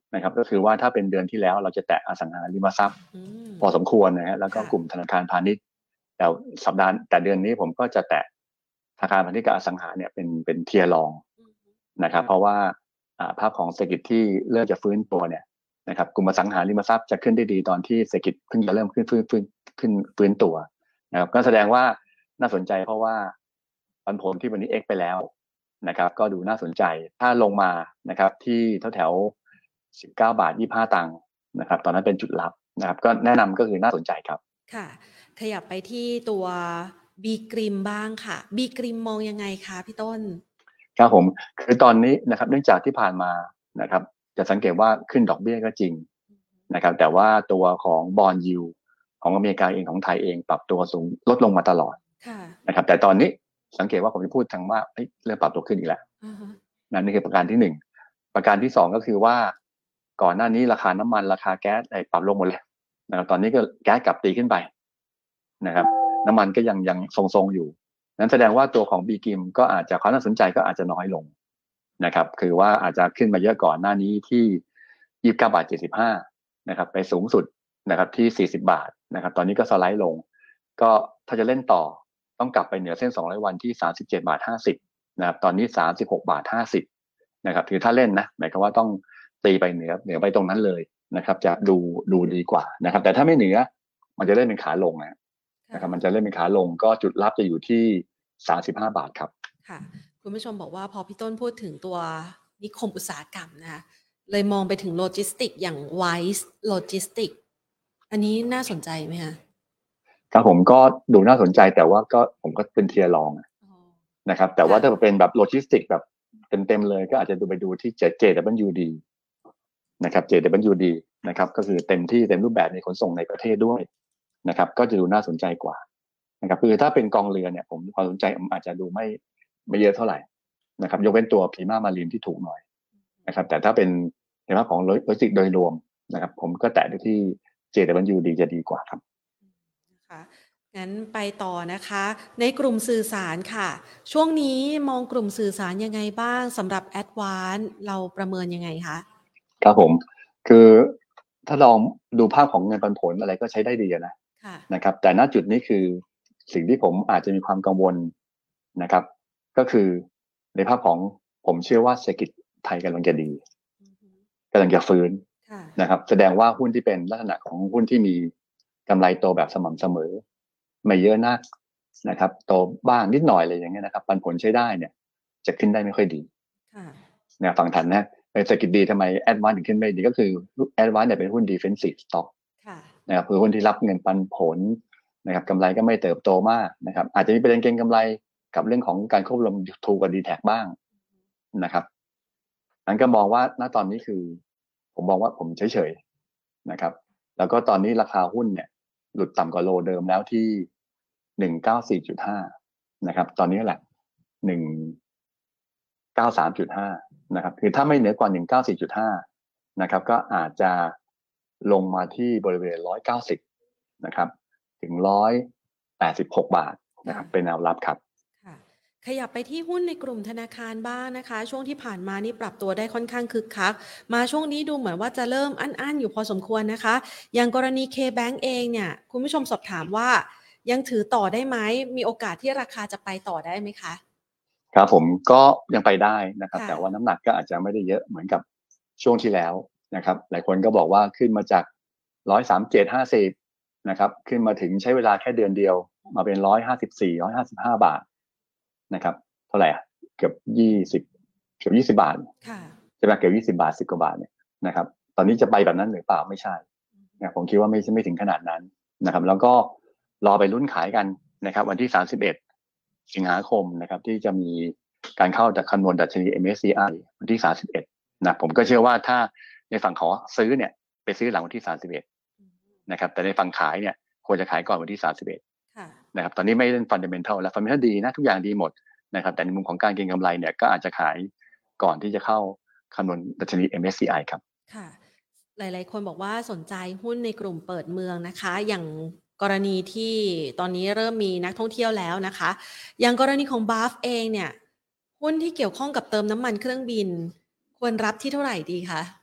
นะครับก็คือว่าถ้าเป็นเดือนที่แล้วเราจะแตะอสังหาริมทรัพย์อืมพอสมควรนะฮะแล้วก็ค่ะกลุ่มธนาคารพาณิชย์แต่สัปดาห์แต่เดือนนี้ผมก็จะแตะธนาคารพาณิชย์กับอสังหาเนี่ยเป็นเป็นเทียร์รองอืมนะครับเพราะว่าอ่าภาพของเศรษฐกิจที่เริ่มจะฟื้นตัวเนี่ยนะครับกลุ่มอสังหาริมทรัพย์จะขึ้นได้ดีตอนที่เศรษฐกิจเพิ่งจะเริ่มขึ้นฟื้นฟื้นขึ้นฟื้นตัวนะครับก็แสดงว่าน่าสนใจเพราะว่าปันผลที่วันนี้ X ไปแล้วนะครับก็ดูน่าสนใจถ้าลงมานะครับที่แถวแถวสิบเก้าบาทยี่สิบห้าตังค์นะครับตอนนั้นเป็นจุดรับนะครับก็แนะนำก็คือน่าสนใจครับค่ะขยับไปที่ตัวบีกริมบ้างค่ะบีกริมมองยังไงคะพี่ต้นครับผมคือตอนนี้นะครับเนื่องจากที่ผ่านมานะครับจะสังเกตว่าขึ้นดอกเบี้ยก็จริงนะครับแต่ว่าตัวของบอนด์ยิลด์ของอเมริกาเองของไทยเองปรับตัวสูงลดลงมาตลอดค่ะนะครับแต่ตอนนี้สังเกตว่าผมจะพูดทางว่าเอ้ยเริ่มปรับตัวขึ้นอีกแล้วอ่าฮะนั่นนี่คือประการที่หนึ่งประการที่สองก็คือว่าก่อนหน้านี้ราคาน้ำมันราคาแก๊สไอ้ปรับลงหมดเลยนะครับตอนนี้ก็แก๊สกลับตีขึ้นไปนะครับน้ำมันก็ยังยังทรงๆอยู่นั้นแสดงว่าตัวของบีกิมก็อาจจะความน่าสนใจก็อาจจะน้อยลงนะครับคือว่าอาจจะขึ้นมาเยอะก่อนหน้านี้ที่ยี่สิบเก้าบาทเจ็ดสิบห้านะครับไปสูงสุดนะครับที่สี่สิบบาทนะครับตอนนี้ก็สไลด์ลงก็ถ้าจะเล่นต่อต้องกลับไปเหนือเส้นสองร้อยวันที่สามสิบเจ็ดบาทห้าสิบนะครับตอนนี้สามสิบหกบาทห้าสิบนะครับคือถ้าเล่นนะหมายความว่าต้องตีไปเหนือเหนือไปตรงนั้นเลยนะครับจะดูดูดีกว่านะครับแต่ถ้าไม่เหนือมันจะเล่นเป็นขาลงนะนะครับมันจะเล่นเป็นขาลงก็จุดรับจะอยู่ที่สามสิบห้าบาทครับค่ะคุณผู้ชมบอกว่าพอพี่ต้นพูดถึงตัวนิคมอุตสาหกรรมนะคะเลยมองไปถึงโลจิสติกอย่าง Wise Logistics อันนี้น่าสนใจไหมคะครับผมก็ดูน่าสนใจแต่ว่าก็ผมก็เป็นเทียร์รองนะครับแต่ว่าถ้าเป็นแบบโลจิสติกแบบเต็มๆเลยก็อาจจะดูไปดูที่ เจ ดับเบิลยู ดี นะครับ เจ ดับเบิลยู ดี นะครับก็คือเต็มที่เต็มรูปแบบในขนส่งในประเทศด้วยนะครับก็จะดูน่าสนใจกว่านะครับคือถ้าเป็นกองเรือเนี่ยผมความสนใจอาจจะดูไม่ไม่เยอะเท่าไหร่นะครับยกเว้นตัวพีมามารีนที่ถูกหน่อยนะครับแต่ถ้าเป็นในภาพของโลจิสติกโดยรวมนะครับผมก็แตะที่ เจ ดับเบิลยู ดี จะดีกว่าครับนะคะงั้นไปต่อนะคะในกลุ่มสื่อสารค่ะช่วงนี้มองกลุ่มสื่อสารยังไงบ้างสำหรับ Advance เราประเมินยังไงคะครับผมคือถ้าลองดูภาพของเงินปันผลอะไรก็ใช้ได้ดีนะนะครับแต่ณจุดนี้คือสิ่งที่ผมอาจจะมีความกังวลนะครับก็คือในภาพของผมเชื่อว่าเศรษฐกิจไทยกำลังจะดีกำลังจะฟื้นนะครับแสดงว่าหุ้นที่เป็นลักษณะของหุ้นที่มีกำไรโตแบบสม่ำเสมอไม่เยอะนักนะครับโตบ้างนิดหน่อยอะไรอย่างเงี้ยนะครับปันผลใช้ได้เนี่ยจะขึ้นได้ไม่ค่อยดีเนี่ยฟังทันนะเศรษฐกิจดีทำไมแอดวานซ์ถึงขึ้นไม่ดีก็คือแอดวานซ์เนี่ยเป็นหุ้น defensive stock นะครับคือหุ้นที่รับเงินปันผลนะครับกำไรก็ไม่เติบโตมากนะครับอาจจะมีประเด็นเก็งกำไรกับเรื่องของการควบรวมทูกับ ดี แท็ก บ้างนะครับนั้นก็มองว่าณตอนนี้คือผมมองว่าผมเฉยๆนะครับแล้วก็ตอนนี้ราคาหุ้นเนี่ยหลุดต่ำกว่าโลเดิมแล้วที่หนึ่งร้อยเก้าสิบสี่จุดห้านะครับตอนนี้แหละหนึ่งร้อยเก้าสิบสามจุดห้านะครับคือถ้าไม่เหนือกว่าหนึ่งร้อยเก้าสิบสี่จุดห้านะครับก็อาจจะลงมาที่บริเวณหนึ่งร้อยเก้าสิบนะครับถึงหนึ่งร้อยแปดสิบหกบาทนะครับเป็นแนวรับครับขยับไปที่หุ้นในกลุ่มธนาคารบ้างนะคะช่วงที่ผ่านมานี่ปรับตัวได้ค่อนข้างคึกคักมาช่วงนี้ดูเหมือนว่าจะเริ่มอั้นๆอยู่พอสมควรนะคะอย่างกรณี K-Bank เองเนี่ยคุณผู้ชมสอบถามว่ายังถือต่อได้ไหมมีโอกาสที่ราคาจะไปต่อได้ไหมคะครับผมก็ยังไปได้นะครับแต่ว่าน้ำหนักก็อาจจะไม่ได้เยอะเหมือนกับช่วงที่แล้วนะครับหลายคนก็บอกว่าขึ้นมาจากหนึ่งร้อยสามสิบเจ็ด ห้าสิบนะครับขึ้นมาถึงใช้เวลาแค่เดือนเดียวมาเป็นหนึ่งร้อยห้าสิบสี่ หนึ่งร้อยห้าสิบห้าบาทนะครับเท่าไหร่เกือบยี่สิบเกือบยี่สิบบาทใช่ไหมเกือบยี่สิบบาทสิบกว่าบาทเนี่ยนะครับตอนนี้จะไปแบบนั้นหรือเปล่าไม่ใช่นะผมคิดว่าไม่ไม่ถึงขนาดนั้นนะครับแล้วก็รอไปลุ้นขายกันนะครับวันที่สามสิบเอ็ดสิงหาคมนะครับที่จะมีการเข้าจากคำนวณดัชนี เอ็ม เอส ซี ไอ วันที่สามสิบเอ็ดนะผมก็เชื่อว่าถ้าในฝั่งขอซื้อเนี่ยไปซื้อหลังวันที่สามสิบเอ็ดนะครับแต่ในฝั่งขายเนี่ยควรจะขายก่อนวันที่สามสิบเอ็ดนะครับตอนนี้ไม่เล่น fundamental แล้ว fundamental ดีนะทุกอย่างดีหมดนะครับแต่ในมุมของการเก็งกำไรเนี่ยก็อาจจะขายก่อนที่จะเข้าคำนวณดัชนี เอ็ม เอส ซี ไอ ครับค่ะหลายๆคนบอกว่าสนใจหุ้นในกลุ่มเปิดเมืองนะคะอย่างกรณีที่ตอนนี้เริ่มมีนักท่องเที่ยวแล้วนะคะอย่างกรณีของ บี เอ เอฟ เองเนี่ยหุ้นที่เกี่ยวข้องกับเติมน้ำมันเครื่องบินควรรับที่เท่าไหร่ดีคะ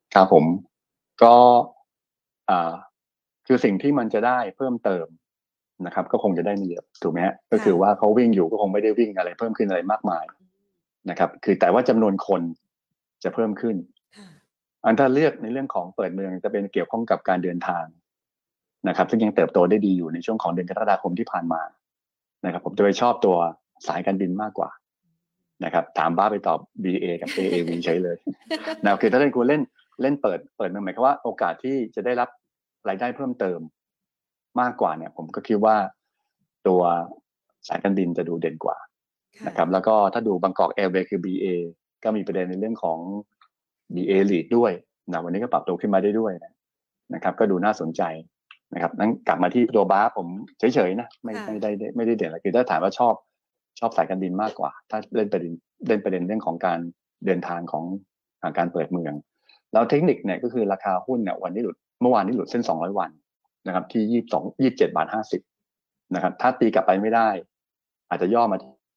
ครับผมก็อ่าคือสิ่งที่มันจะได้เพิ่มเติมนะครับก็คงจะได้ไม่เยอะถูกไหมฮะก็คือว่าเขาวิ่งอยู่ก็คงไม่ได้วิ่งอะไรเพิ่มขึ้นอะไรมากมายนะครับคือแต่ว่าจำนวนคนจะเพิ่มขึ้นอันถ้าเลือกในเรื่องของเปิดเมืองจะเป็นเกี่ยวข้องกับการเดินทางนะครับซึ่งยังเติบโตได้ดีอยู่ในช่วงของเดือนกรกฎาคมที่ผ่านมานะครับผมจะไปชอบตัวสายการบินมากกว่านะครับถามบ้าไปตอบ บี เอ กับ เอ เอ วี ใช้เลยนะคือถ้าเล่นคุณเล่นเล่นเปิดเปิดมันหมายความว่าโอกาสที่จะได้รับรายได้เพิ่มเติมมากกว่าเนี่ยผมก็คิดว่าตัวสายการบินจะดูเด่นกว่านะครับแล้วก็ถ้าดูบางกอกแอร์เวย์คือ บี เอ ก็มีประเด็นในเรื่องของ บี เอ Lead ด้วยนะวันนี้ก็ปรับตัวขึ้นมาได้ด้วยนะครับก็ดูน่าสนใจนะครับนั้นกลับมาที่ตัวบ้าผมเฉยๆนะไม่ไม่ได้ไม่ได้เด่นอะไรคือถ้าถามว่าชอบชอบสายการบินมากกว่าถ้าเล่นประเด็นเล่นประเด็นเรื่องของการเดินทางของการเปิดเมืองแล้วเทคนิคเนี่ยก็คือราคาหุ้นเนี่ยวันนี้หลุดเมื่อวานนี้หลุดเส้นสองร้อยวันนะครับที่ยี่สิบสอง ยี่สิบเจ็ดบาทห้าสิบนะครับถ้าตีกลับไปไม่ได้อาจจะย่อมา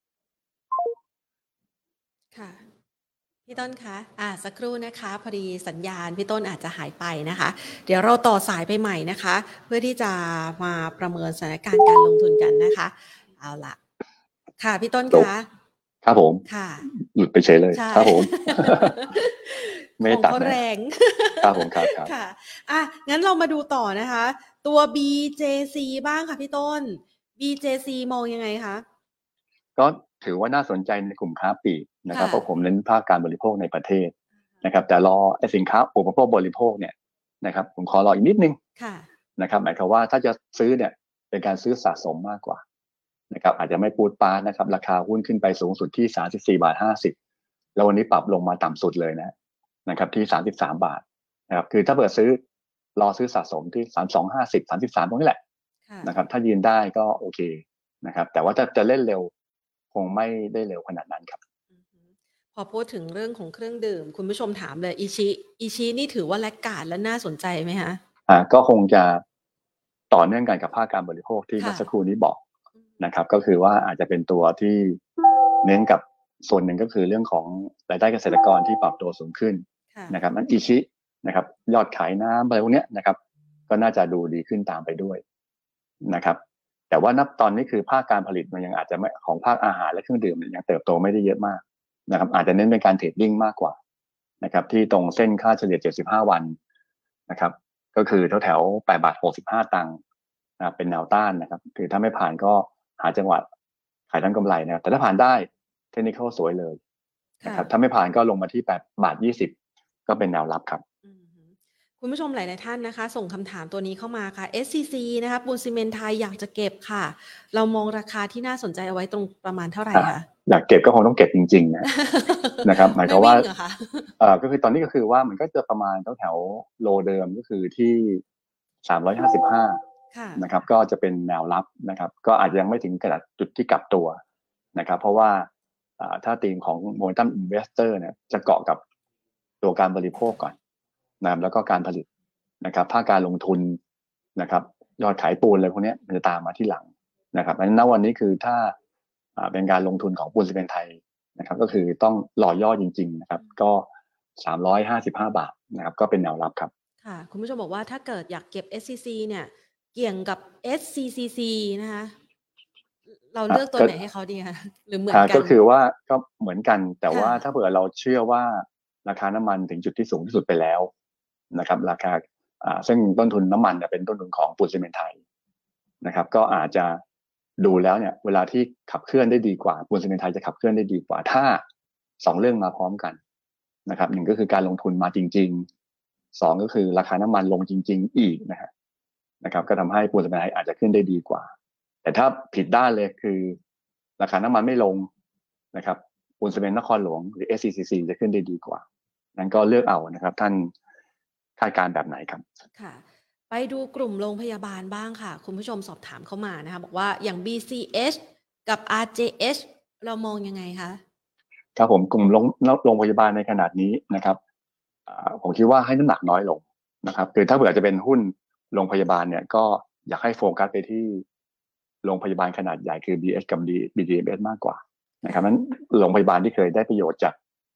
ค่ะพี่ต้นคะอ่าสักครู่นะคะพอดีสัญญาณพี่ต้นอาจจะหายไปนะคะเดี๋ยวเราต่อสายไปใหม่นะคะเพื่อที่จะมาประเมินสถานการณ์การลงทุนกันนะคะเอาละค่ะพี่ต้นคะครับผมค่ะหลุดไปเฉยเลยครับผมไม่ตัดแรงครับผมครับครับค่ะอ่ะงั้นเรามาดูต่อนะคะตัว บี เจ ซี บ้างค่ะพี่ต้น บี เจ ซี มองยังไงคะก็ถือว่าน่าสนใจในกลุ่มค้าปลีกนะครับเพราะผมเน้นภาคการบริโภคในประเทศนะครับแต่รอไอ้สินค้าอุปโภคบริโภคเนี่ยนะครับผมขอรออีกนิดนึงนะครับหมายความว่าถ้าจะซื้อเนี่ยเป็นการซื้อสะสมมากกว่านะครับอาจจะไม่ปูดปาร์นะครับราคาหุ้นขึ้นไปสูงสุดที่สามสิบสี่บาทห้าสิบแล้ววันนี้ปรับลงมาต่ำสุดเลยนะนะครับที่สามสิบสามบาทนะครับคือถ้าเปิดซื้อรอซื้อสะสมที่สามสิบสอง ห้าสิบ สามสิบสามตรงนี้แหละนะครับถ้ายืนได้ก็โอเคนะครับแต่ว่าถ้าจะเล่นเร็วคงไม่ได้เร็วขนาดนั้นครับพอพูดถึงเรื่องของเครื่องดื่มคุณผู้ชมถามเลยอิชิอิชินี่ถือว่าแลกขาดและน่าสนใจไหมคะอ่าก็คงจะต่อเนื่องกันกับภาคการบริโภคที่เมื่อสักครู่นี้บอกนะครับก็คือว่าอาจจะเป็นตัวที่เน้นกับส่วนหนึ่งก็คือเรื่องของรายได้เกษตรกรที่ปรับตัวสูงขึ้นนะครับนั้นอิชินะครับยอดขายน้ำอะไรพวกนี้นะครับก็น่าจะดูดีขึ้นตามไปด้วยนะครับแต่ว่านับตอนนี้คือภาคการผลิตมันยังอาจจะไม่ของภาคอาหารและเครื่องดื่มยังเติบโตไม่ได้เยอะมากนะครับอาจจะเน้นเป็นการเทรดดิ้งมากกว่านะครับที่ตรงเส้นค่าเฉลี่ยเจ็ดสิบห้าวันนะครับก็คือแถวๆแปดบาทหกสิบห้าตังค์นะเป็นแนวต้านนะครับคือถ้าไม่ผ่านก็หาจังหวะขายทั้งกำไรนะแต่ถ้าผ่านได้เทคนิคสวยเลยนะครับถ้าไม่ผ่านก็ลงมาที่แปดบาทยี่สิบก็เป็นแนวรับครับคุณผู้ชมหลายๆท่านนะคะส่งคำถามตัวนี้เข้ามาค่ะ เอส ซี ซี นะคะปูนซีเมนต์ไทยอยากจะเก็บค่ะเรามองราคาที่น่าสนใจเอาไว้ตรงประมาณเท่าไหร่คะอยากเก็บก็คงต้องเก็บจริงๆนะนะครับหมายความว่าเอ่อก็คือตอนนี้ก็คือว่ามันก็จะประมาณแถวๆโลเดิมก็คือที่สามร้อยห้าสิบห้านะครับก็จะเป็นแนวรับนะครับก็อาจจะยังไม่ถึงขนาดจุดที่กลับตัวนะครับเพราะว่าถ้าธีมของ Momentum Investor เนี่ยจะเกาะกับตัวการบริโภคก่อนนะครับแล้วก็การผลิตนะครับภาคการลงทุนนะครับยอดขายปูนอะไรพวกนี้มันจะตามมาที่หลังนะครับเพราะฉะนั้นณวันนี้คือถ้าเป็นการลงทุนของปูนซีเมนต์ไทยนะครับก็คือต้องหล่อย่อจริงๆนะครับก็สามร้อยห้าสิบห้าบาทนะครับก็เป็นแนวรับครับค่ะคุณผู้ชมบอกว่าถ้าเกิดอยากเก็บ เอส ซี ซี เนี่ยเกี่ยงกับ เอส ซี ซี ซี นะคะเราเลือกตัวไหนให้เขาดีคะหรือเหมือนกันก็คือว่าก็เหมือนกันแต่ว่าถ้าเผื่อเราเชื่อว่าราคาน้ำมันถึงจุดที่สูงที่สุดไปแล้วนะครับราคาซึ่งต้นทุนน้ำมันเป็นต้นทุนของปูนซีเมนต์ไทยนะครับก็อาจจะดูแล้วเนี่ยเวลาที่ขับเคลื่อนได้ดีกว่าปูนซีเมนต์ไทยจะขับเคลื่อนได้ดีกว่าถ้าสองเรื่องมาพร้อมกันนะครับหนึ่งก็คือการลงทุนมาจริงๆสองก็คือราคาน้ำมันลงจริงๆอีกนะฮะนะครับก็ทำให้ปูนซีเมนต์ไทยอาจจะขึ้นได้ดีกว่าแต่ถ้าผิดด้านเลยคือราคาน้ำมันไม่ลงนะครับปูนซีเมนต์นครหลวงหรือ เอส ซี ซี ซี จะขึ้นได้ดีกว่านั้นก็เลือกเอานะครับท่านคาดการณ์แบบไหนครับค่ะไปดูกลุ่มโรงพยาบาลบ้างค่ะคุณผู้ชมสอบถามเข้ามานะคะบอกว่าอย่าง บี ซี เอช กับ อาร์ เจ เอช เรามองยังไงคะครับผมกลุ่มโรงโรงพยาบาลในขนาดนี้นะครับผมคิดว่าให้น้ำหนักน้อยลงนะครับคือถ้าเผื่อจะเป็นหุ้นโรงพยาบาลเนี่ยก็อยากให้โฟกัสไปที่โรงพยาบาลขนาดใหญ่คือ บี เอส กับ บี ดี เอ็ม เอส มากกว่านะครับนั้นโรงพยาบาลที่เคยได้ประโยชน์จาก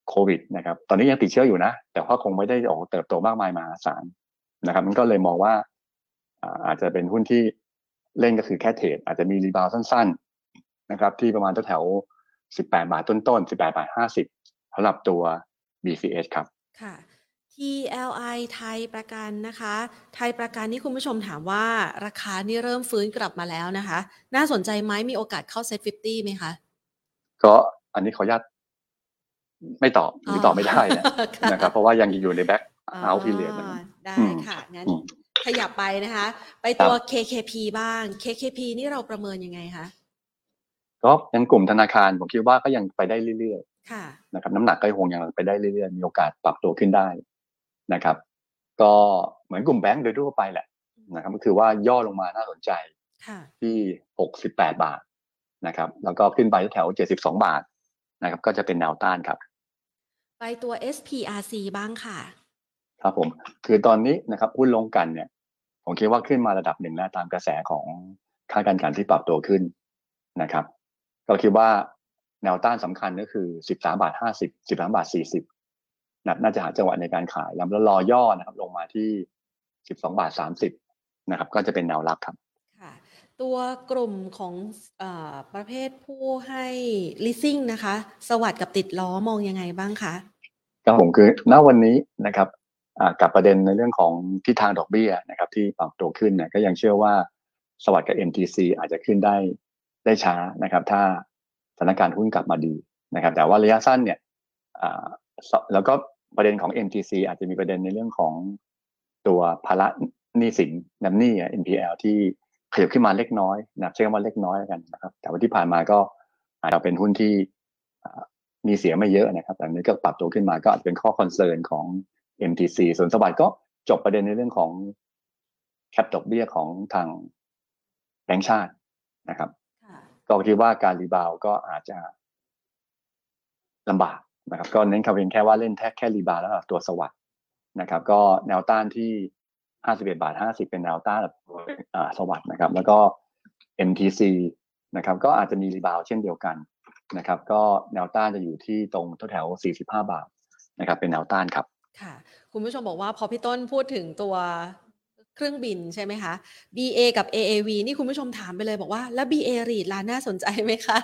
โควิดนะครับตอนนี้ยังติดเชื้ออยู่นะแต่ว่าคงไม่ได้ออกเติบโตมากมายมหาศาลนะครับมันก็เลยมองว่าอาจจะเป็นหุ้นที่เล่นก็คือแค่เทรดอาจจะมีรีบาวสั้นๆนะครับที่ประมาณแถวสิบแปดบาทต้นๆสิบแปดบาทห้าสิบสำหรับตัว บี ซี เอส ครับค่ะ ที แอล ไอ ไทยประกันนะคะไทยประกันนี่คุณผู้ชมถามว่าราคานี่เริ่มฟื้นกลับมาแล้วนะคะน่าสนใจไหมมีโอกาสเข้าเซ็ตห้าสิบไหมคะก็อันนี้ขออนุญาตไม่ตอบหรือตอบไม่ได้นะนะครับเพราะว่ายังอยู่ในแบ็คเอาท์พีเรียดนะได้ค่ะงั้นขยับไปนะคะไปตัว เค เค พี บ้าง เค เค พี นี่เราประเมินยังไงคะก็ยังกลุ่มธนาคารผมคิดว่าก็ยังไปได้เรื่อยๆนะครับน้ำหนักก็คงยังไปได้เรื่อยๆมีโอกาสปรับตัวขึ้นได้นะครับก็เหมือนกลุ่มแบงก์โดยทั่วไปแหละนะครับก็คือว่าย่อลงมาน่าสนใจที่หกสิบแปดบาทนะครับแล้วก็ขึ้นไปแถวเจ็ดสิบสองบาทนะครับก็จะเป็นแนวต้านครับไปตัว เอส พี อาร์ ซี บ้างค่ะครับผมคือตอนนี้นะครับหุ้นลงกันเนี่ยผมคิดว่าขึ้นมาระดับหนึ่งแล้วตามกระแสของค่าการกันที่ปรับตัวขึ้นนะครับก็คิดว่าแนวต้านสำคัญก็คือสิบสามบาทห้าสิบ สิบสามบาทสี่สิบน่าจะหาจังหวะในการขายแล้วรอย่อนะครับลงมาที่สิบสองบาทสามสิบนะครับก็จะเป็นแนวรับครับค่ะตัวกลุ่มของเอ่อประเภทผู้ให้ leasing นะคะสวัสดิ์กับติดล้อมองยังไงบ้างคะครับผมคือณวันนี้นะครับกับประเด็นในเรื่องของทิศทางดอกเบี้ยนะครับที่ปรับตัวขึ้นเนี่ยก็ยังเชื่อว่าสวัสดิ์กับ เอ็ม ที ซี อาจจะขึ้นได้ได้ช้านะครับถ้าสถานการณ์หุ้นกลับมาดีนะครับแต่ว่าระยะสั้นเนี่ยแล้วก็ประเด็นของ เอ็ม ที ซี อาจจะมีประเด็นในเรื่องของตัวภาระหนี้สินน้ำหนี้ เอ็น พี แอล ที่ขยับขึ้นมาเล็กน้อยนะใช้คำว่าเล็กน้อยกันนะครับแต่ว่าที่ผ่านมาก็อาจจะเป็นหุ้นที่มีเสียไม่เยอะนะครับแต่นี้ก็ปรับตัวขึ้นมาก็อาจจะเป็นข้อคอนเซิร์นของ เอ็ม ที ซี ส่วนสวัสดิ์ก็จบประเด็นในเรื่องของแคปดอกเบี้ยของทางแบงก์ชาตินะครับก็คิดว่าการรีบาวก็อาจจะลำบากนะครับก็เน้นคำเพียงแค่ว่าเล่นแค่แค่รีบาวแล้วตัวสวัสดิ์นะครับก็แนวต้านที่ห้าสิบเอ็ดบาทห้าสิบเป็นแนวต้านอ่าสวัสดิ์นะครับแล้วก็ เอ็ม ที ซี นะครับก็อาจจะมีรีบาวเช่นเดียวกันนะครับก็แนวต้านจะอยู่ที่ตรงแถวสี่สิบห้าบาทนะครับเป็นแนวต้านครับค่ะคุณผู้ชมบอกว่าพอพี่ต้นพูดถึงตัวเครื่องบินใช่ไหมคะ บี เอ กับ เอ เอ วี นี่คุณผู้ชมถามไปเลยบอกว่าแล้ว บี เอ REIT ล่ะน่าสนใจไหมคะ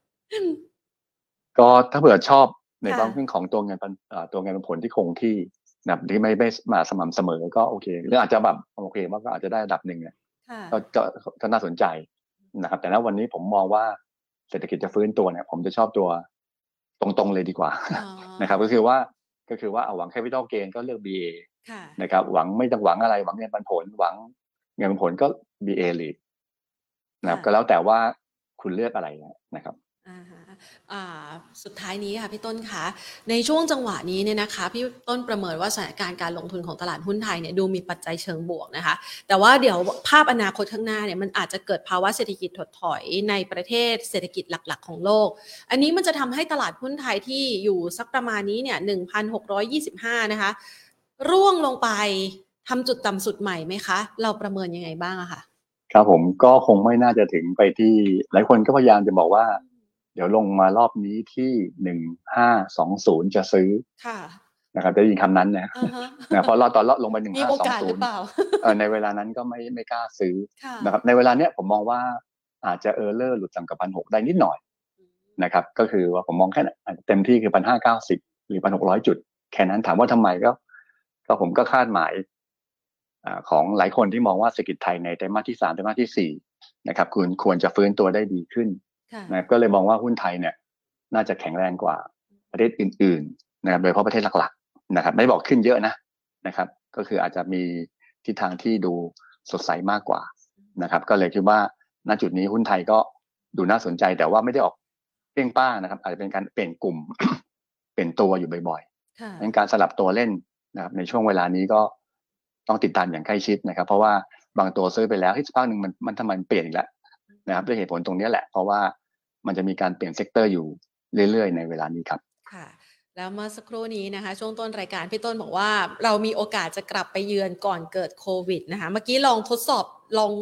ก็ถ้าเผื่อชอบในบางเรื่องของตัวเงินตัวเงินปันผลที่คงที่นะที่ไม่ไม่มาสม่ำเสมอก็โอเคหรืออาจจะแบบโอเคว่าก็อาจจะได้ระดับหนึ่งเนี่ยก็ก็น่าสนใจนะครับแต่ณวันนี้ผมมองว่าเศรษฐกิจจะฟื้นตัวเนี่ยผมจะชอบตัวตรงๆเลยดีกว่านะครับก็คือว่าก็คือว่าเอาหวัง capital gain ก็เลือก บี เอ นะครับหวังไม่ต้องหวังอะไรหวังเงินปันผลหวังเงินปันผลก็ บี เอ lead นะครับก็แล้วแต่ว่าคุณเลือกอะไรนะครับอ่าสุดท้ายนี้ค่ะพี่ต้นคะในช่วงจังหวะนี้เนี่ยนะคะพี่ต้นประเมินว่าสถานการณ์การลงทุนของตลาดหุ้นไทยเนี่ยดูมีปัจจัยเชิงบวกนะคะแต่ว่าเดี๋ยวภาพอนาคตข้างหน้าเนี่ยมันอาจจะเกิดภาวะเศรษฐกิจถดถอยในประเทศเศรษฐกิจหลักๆของโลกอันนี้มันจะทำให้ตลาดหุ้นไทยที่อยู่สักประมาณนี้เนี่ย หนึ่งพันหกร้อยยี่สิบห้า นะคะร่วงลงไปทำจุดต่ำสุดใหม่ไหมคะเราประเมินยังไงบ้างอะคะครับผมก็คงไม่น่าจะถึงไปที่หลายคนก็พยายามจะบอกว่าเดี๋ยวลงมารอบนี้ที่หนึ่งพันห้าร้อยยี่สิบจะซื้อนะครับได้ยินคำนั้นนะนะเพราะเราตอนลงไปหนึ่งพันห้าร้อยยี่สิบเออในเวลานั้นก็ไม่ไม่กล้าซื้อนะครับในเวลาเนี้ยผมมองว่าอาจจะเออร์เลอร์หลุดต่ำกว่าหนึ่งพันหกร้อยได้นิดหน่อยนะครับก็คือว่าผมมองแค่เต็มที่คือหนึ่งพันห้าร้อยเก้าสิบหรือหนึ่งพันหกร้อยจุดแค่นั้นถามว่าทำไมก็ก็ผมก็คาดหมายของหลายคนที่มองว่าเศรษฐกิจไทยในไตรมาสที่สามไตรมาสที่สี่นะครับคุณควรจะฟื้นตัวได้ดีขึ้นนะก็เลยมองว่าหุ้นไทยเนี่ยน่าจะแข็งแรงกว่าประเทศอื่นๆนะครับโดยเฉพาะประเทศหลักๆนะครับไม่บอกขึ้นเยอะนะนะครับก็คืออาจจะมีทิศทางที่ดูสดใสมากกว่านะครับก็เลยคิดว่าณจุดนี้หุ้นไทยก็ดูน่าสนใจแต่ว่าไม่ได้ออกเปรี้ยงป้านะครับอาจจะเป็นการเปลี่ยนกลุ่ม เปลี่ยนตัวอยู่บ่อยๆงั้นการสลับตัวเล่นนะครับในช่วงเวลานี้ก็ต้องติดตามอย่างใกล้ชิดนะครับเพราะว่าบางตัวซื้อไปแล้วที่สักพักหนึ่งมันมันทำไมเปลี่ยนอีกแล้วนะครับด้วยเหตุผลตรงนี้แหละเพราะว่ามันจะมีการเปลี่ยนเซกเตอร์อยู่เรื่อยๆในเวลานี้ครับค่ะแล้วเมื่อสักครู่นี้นะคะช่วงต้นรายการพี่ต้นบอกว่าเรามีโอกาสจะกลับไปเยือนก่อนเกิดโควิดนะคะเมื่อกี้ลองทดสอบลองแบ็ก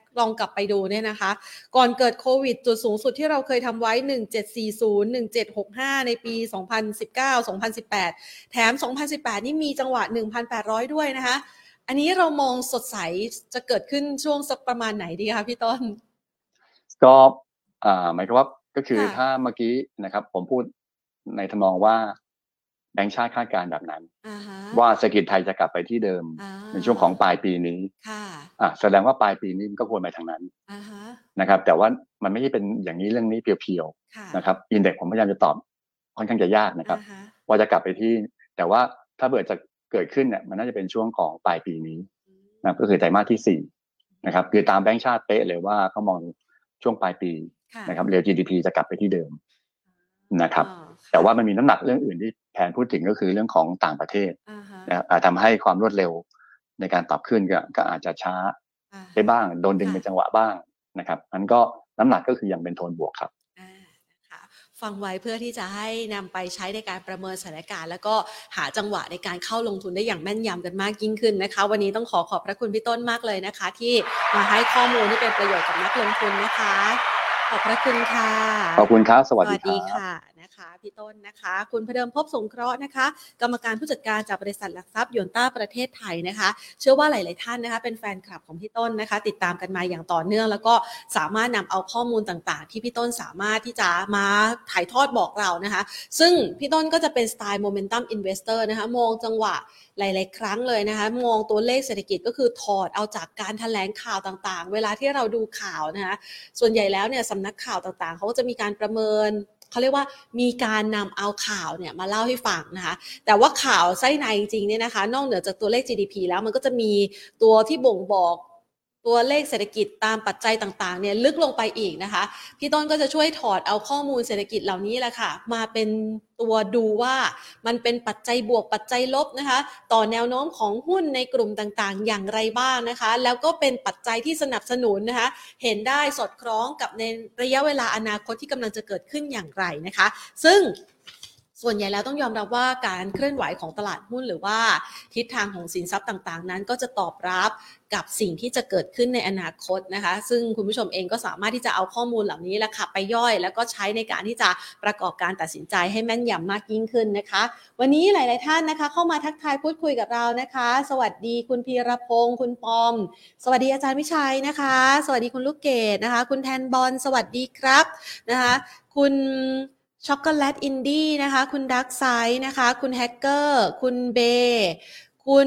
ลองกลับไปดูเนี่ยนะคะก่อนเกิดโควิดจุดสูงสุดที่เราเคยทำไว้หนึ่งพันเจ็ดร้อยสี่สิบ หนึ่งพันเจ็ดร้อยหกสิบห้าในปีสองพันสิบเก้า สองพันสิบแปดแถมสองพันสิบแปดนี่มีจังหวะ หนึ่งพันแปดร้อย ด้วยนะคะอันนี้เรามองสดใสจะเกิดขึ้นช่วงสักประมาณไหนดีคะพี่ต้นก็อ่าหมายความว่าก็คือถ้าเมื่อกี้นะครับผมพูดในทำนองว่าแบงก์ชาติคาดการณ์แบบนั้นว่าเศรษฐกิจไทยจะกลับไปที่เดิมในช่วงของปลายปีนี้อ่าแสดงว่าปลายปีนี้มันก็ควรไปทางนั้นนะครับแต่ว่ามันไม่ใช่เป็นอย่างนี้เรื่องนี้เพียวๆนะครับอินเด็กซ์ผมพยายามจะตอบค่อนข้างจะยากนะครับว่าจะกลับไปที่แต่ว่าถ้าเกิดจะเกิดขึ้นเนี่ยมันน่าจะเป็นช่วงของปลายปีนี้นะก็คือไตรมาสที่สี่นะครับคือตามแบงก์ชาติเป๊ะเลยว่าเขามองช่วงปลายปีนะครับเรียล จี ดี พี จะกลับไปที่เดิมนะครับแต่ว่ามันมีน้ำหนักเรื่องอื่นที่แผนพูดถึงก็คือเรื่องของต่างประเทศนะครับทำให้ความรวดเร็วในการปรับขึ้นก็ก็อาจจะช้าได้บ้างโดนดึงเป็นจังหวะบ้างนะครับนั้นก็น้ำหนักก็คือยังเป็นโทนบวกครับฟังไว้เพื่อที่จะให้นำไปใช้ในการประเมินสถานการณ์แล้วก็หาจังหวะในการเข้าลงทุนได้อย่างแม่นยำกันมากยิ่งขึ้นนะคะวันนี้ต้องขอขอบพระคุณพี่ต้นมากเลยนะคะที่มาให้ข้อมูลที่เป็นประโยชน์กับนักลงทุนนะคะขอบพระคุณค่ะขอบคุณครับสวัสดีค่ะนะคะพี่ต้นนะคะคุณพเดิมภพสงเคราะห์นะคะกรรมการผู้จัดการจากบริษัทหลักทรัพย์ยนต้าประเทศไทยนะคะเชื่อว่าหลายๆท่านนะคะเป็นแฟนคลับของพี่ต้นนะคะติดตามกันมาอย่างต่อเนื่องแล้วก็สามารถนำเอาข้อมูลต่างๆที่พี่ต้นสามารถที่จะมาถ่ายทอดบอกเรานะคะซึ่งพี่ต้นก็จะเป็นสไตล์โมเมนตัมอินเวสเตอร์นะคะมองจังหวะหลายๆครั้งเลยนะคะมองตัวเลขเศรษฐกิจก็คือถอดเอาจากการแถลงข่าวต่างๆเวลาที่เราดูข่าวนะคะส่วนใหญ่แล้วเนี่ยสำนักข่าวต่างๆเขาก็จะมีการประเมินเขาเรียกว่ามีการนำเอาข่าวเนี่ยมาเล่าให้ฟังนะคะแต่ว่าข่าวไส้ในจริงๆเนี่ยนะคะนอกเหนือจากตัวเลข จี ดี พี แล้วมันก็จะมีตัวที่บ่งบอกตัวเลขเศรษฐกิจตามปัจจัยต่างๆเนี่ยลึกลงไปอีกนะคะพี่ต้นก็จะช่วยถอดเอาข้อมูลเศรษฐกิจเหล่านี้แหละค่ะมาเป็นตัวดูว่ามันเป็นปัจจัยบวกปัจจัยลบนะคะต่อแนวโน้มของหุ้นในกลุ่มต่างๆอย่างไรบ้างนะคะแล้วก็เป็นปัจจัยที่สนับสนุนนะคะเห็นได้สอดคล้องกับในระยะเวลาอนาคตที่กำลังจะเกิดขึ้นอย่างไรนะคะซึ่งส่วนใหญ่แล้วต้องยอมรับว่าการเคลื่อนไหวของตลาดหุ้นหรือว่าทิศทางของสินทรัพย์ต่างๆนั้นก็จะตอบรับกับสิ่งที่จะเกิดขึ้นในอนาคตนะคะซึ่งคุณผู้ชมเองก็สามารถที่จะเอาข้อมูลเหล่านี้แหละค่ะไปย่อยแล้วก็ใช้ในการที่จะประกอบการตัดสินใจให้แม่นยำมากยิ่งขึ้นนะคะวันนี้หลายๆท่านนะคะเข้ามาทักทายพูดคุยกับเรานะคะสวัสดีคุณพีรพงศ์คุณปอมสวัสดีอาจารย์วิชัยนะคะสวัสดีคุณลูกเกดนะคะคุณแทนบอลสวัสดีครับนะคะคุณช็อกโกแลตอินดี้นะคะคุณดักไซด์นะคะคุณแฮกเกอร์คุณเบคุณ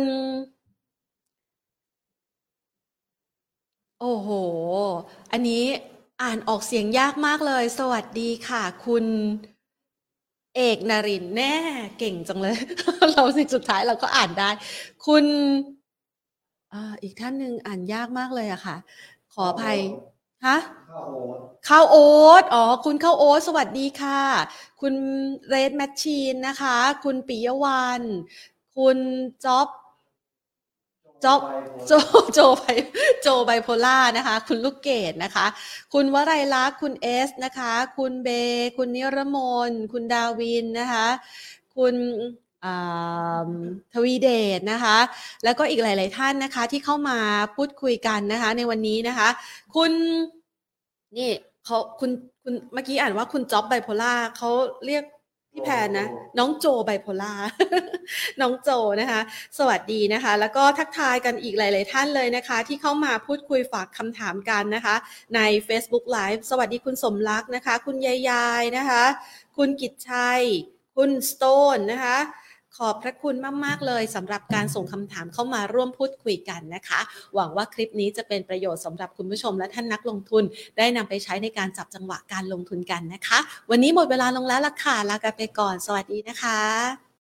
โอ้โหอันนี้อ่านออกเสียงยากมากเลยสวัสดีค่ะคุณเอกนรินทร์แน่เก่งจังเลย เราสิ่งสุดท้ายเราก็อ่านได้คุณอ่าอีกท่านหนึ่งอ่านยากมากเลยอะค่ะขออภัยฮะข้าวโอ๊ตอ๋อคุณข้าวโอ๊ตสวัสดีค่ะคุณเรดแมชชีนนะคะคุณปิยวรรณคุณจ๊อบจ๊อบโจโจไบโจไบโพล่านะคะคุณลูกเกดนะคะคุณวรัยลักษณ์คุณเอสนะคะคุณเบคุณนิรมนคุณดาวินนะคะคุณทวีเดชนะคะแล้วก็อีกหลายๆท่านนะคะที่เข้ามาพูดคุยกันนะคะในวันนี้นะคะคุณนี่เขาคุณคุณเมื่อกี้อ่านว่าคุณจ๊อบไบโพล่าเขาเรียกพี่แพนนะน้องโจไบโพล่า น้องโจนะคะสวัสดีนะคะแล้วก็ทักทายกันอีกหลายๆท่านเลยนะคะที่เข้ามาพูดคุยฝากคำถามกันนะคะใน Facebook Live สวัสดีคุณสมรักนะคะคุณยายยายนะคะคุณกิจชัยคุณสโตนนะคะขอบพระคุณมากๆเลยสำหรับการส่งคำถามเข้ามาร่วมพูดคุยกันนะคะหวังว่าคลิปนี้จะเป็นประโยชน์สำหรับคุณผู้ชมและท่านนักลงทุนได้นำไปใช้ในการจับจังหวะการลงทุนกันนะคะวันนี้หมดเวลาลงแล้วล่ะค่ะลากันไปก่อนสวัสดีนะคะ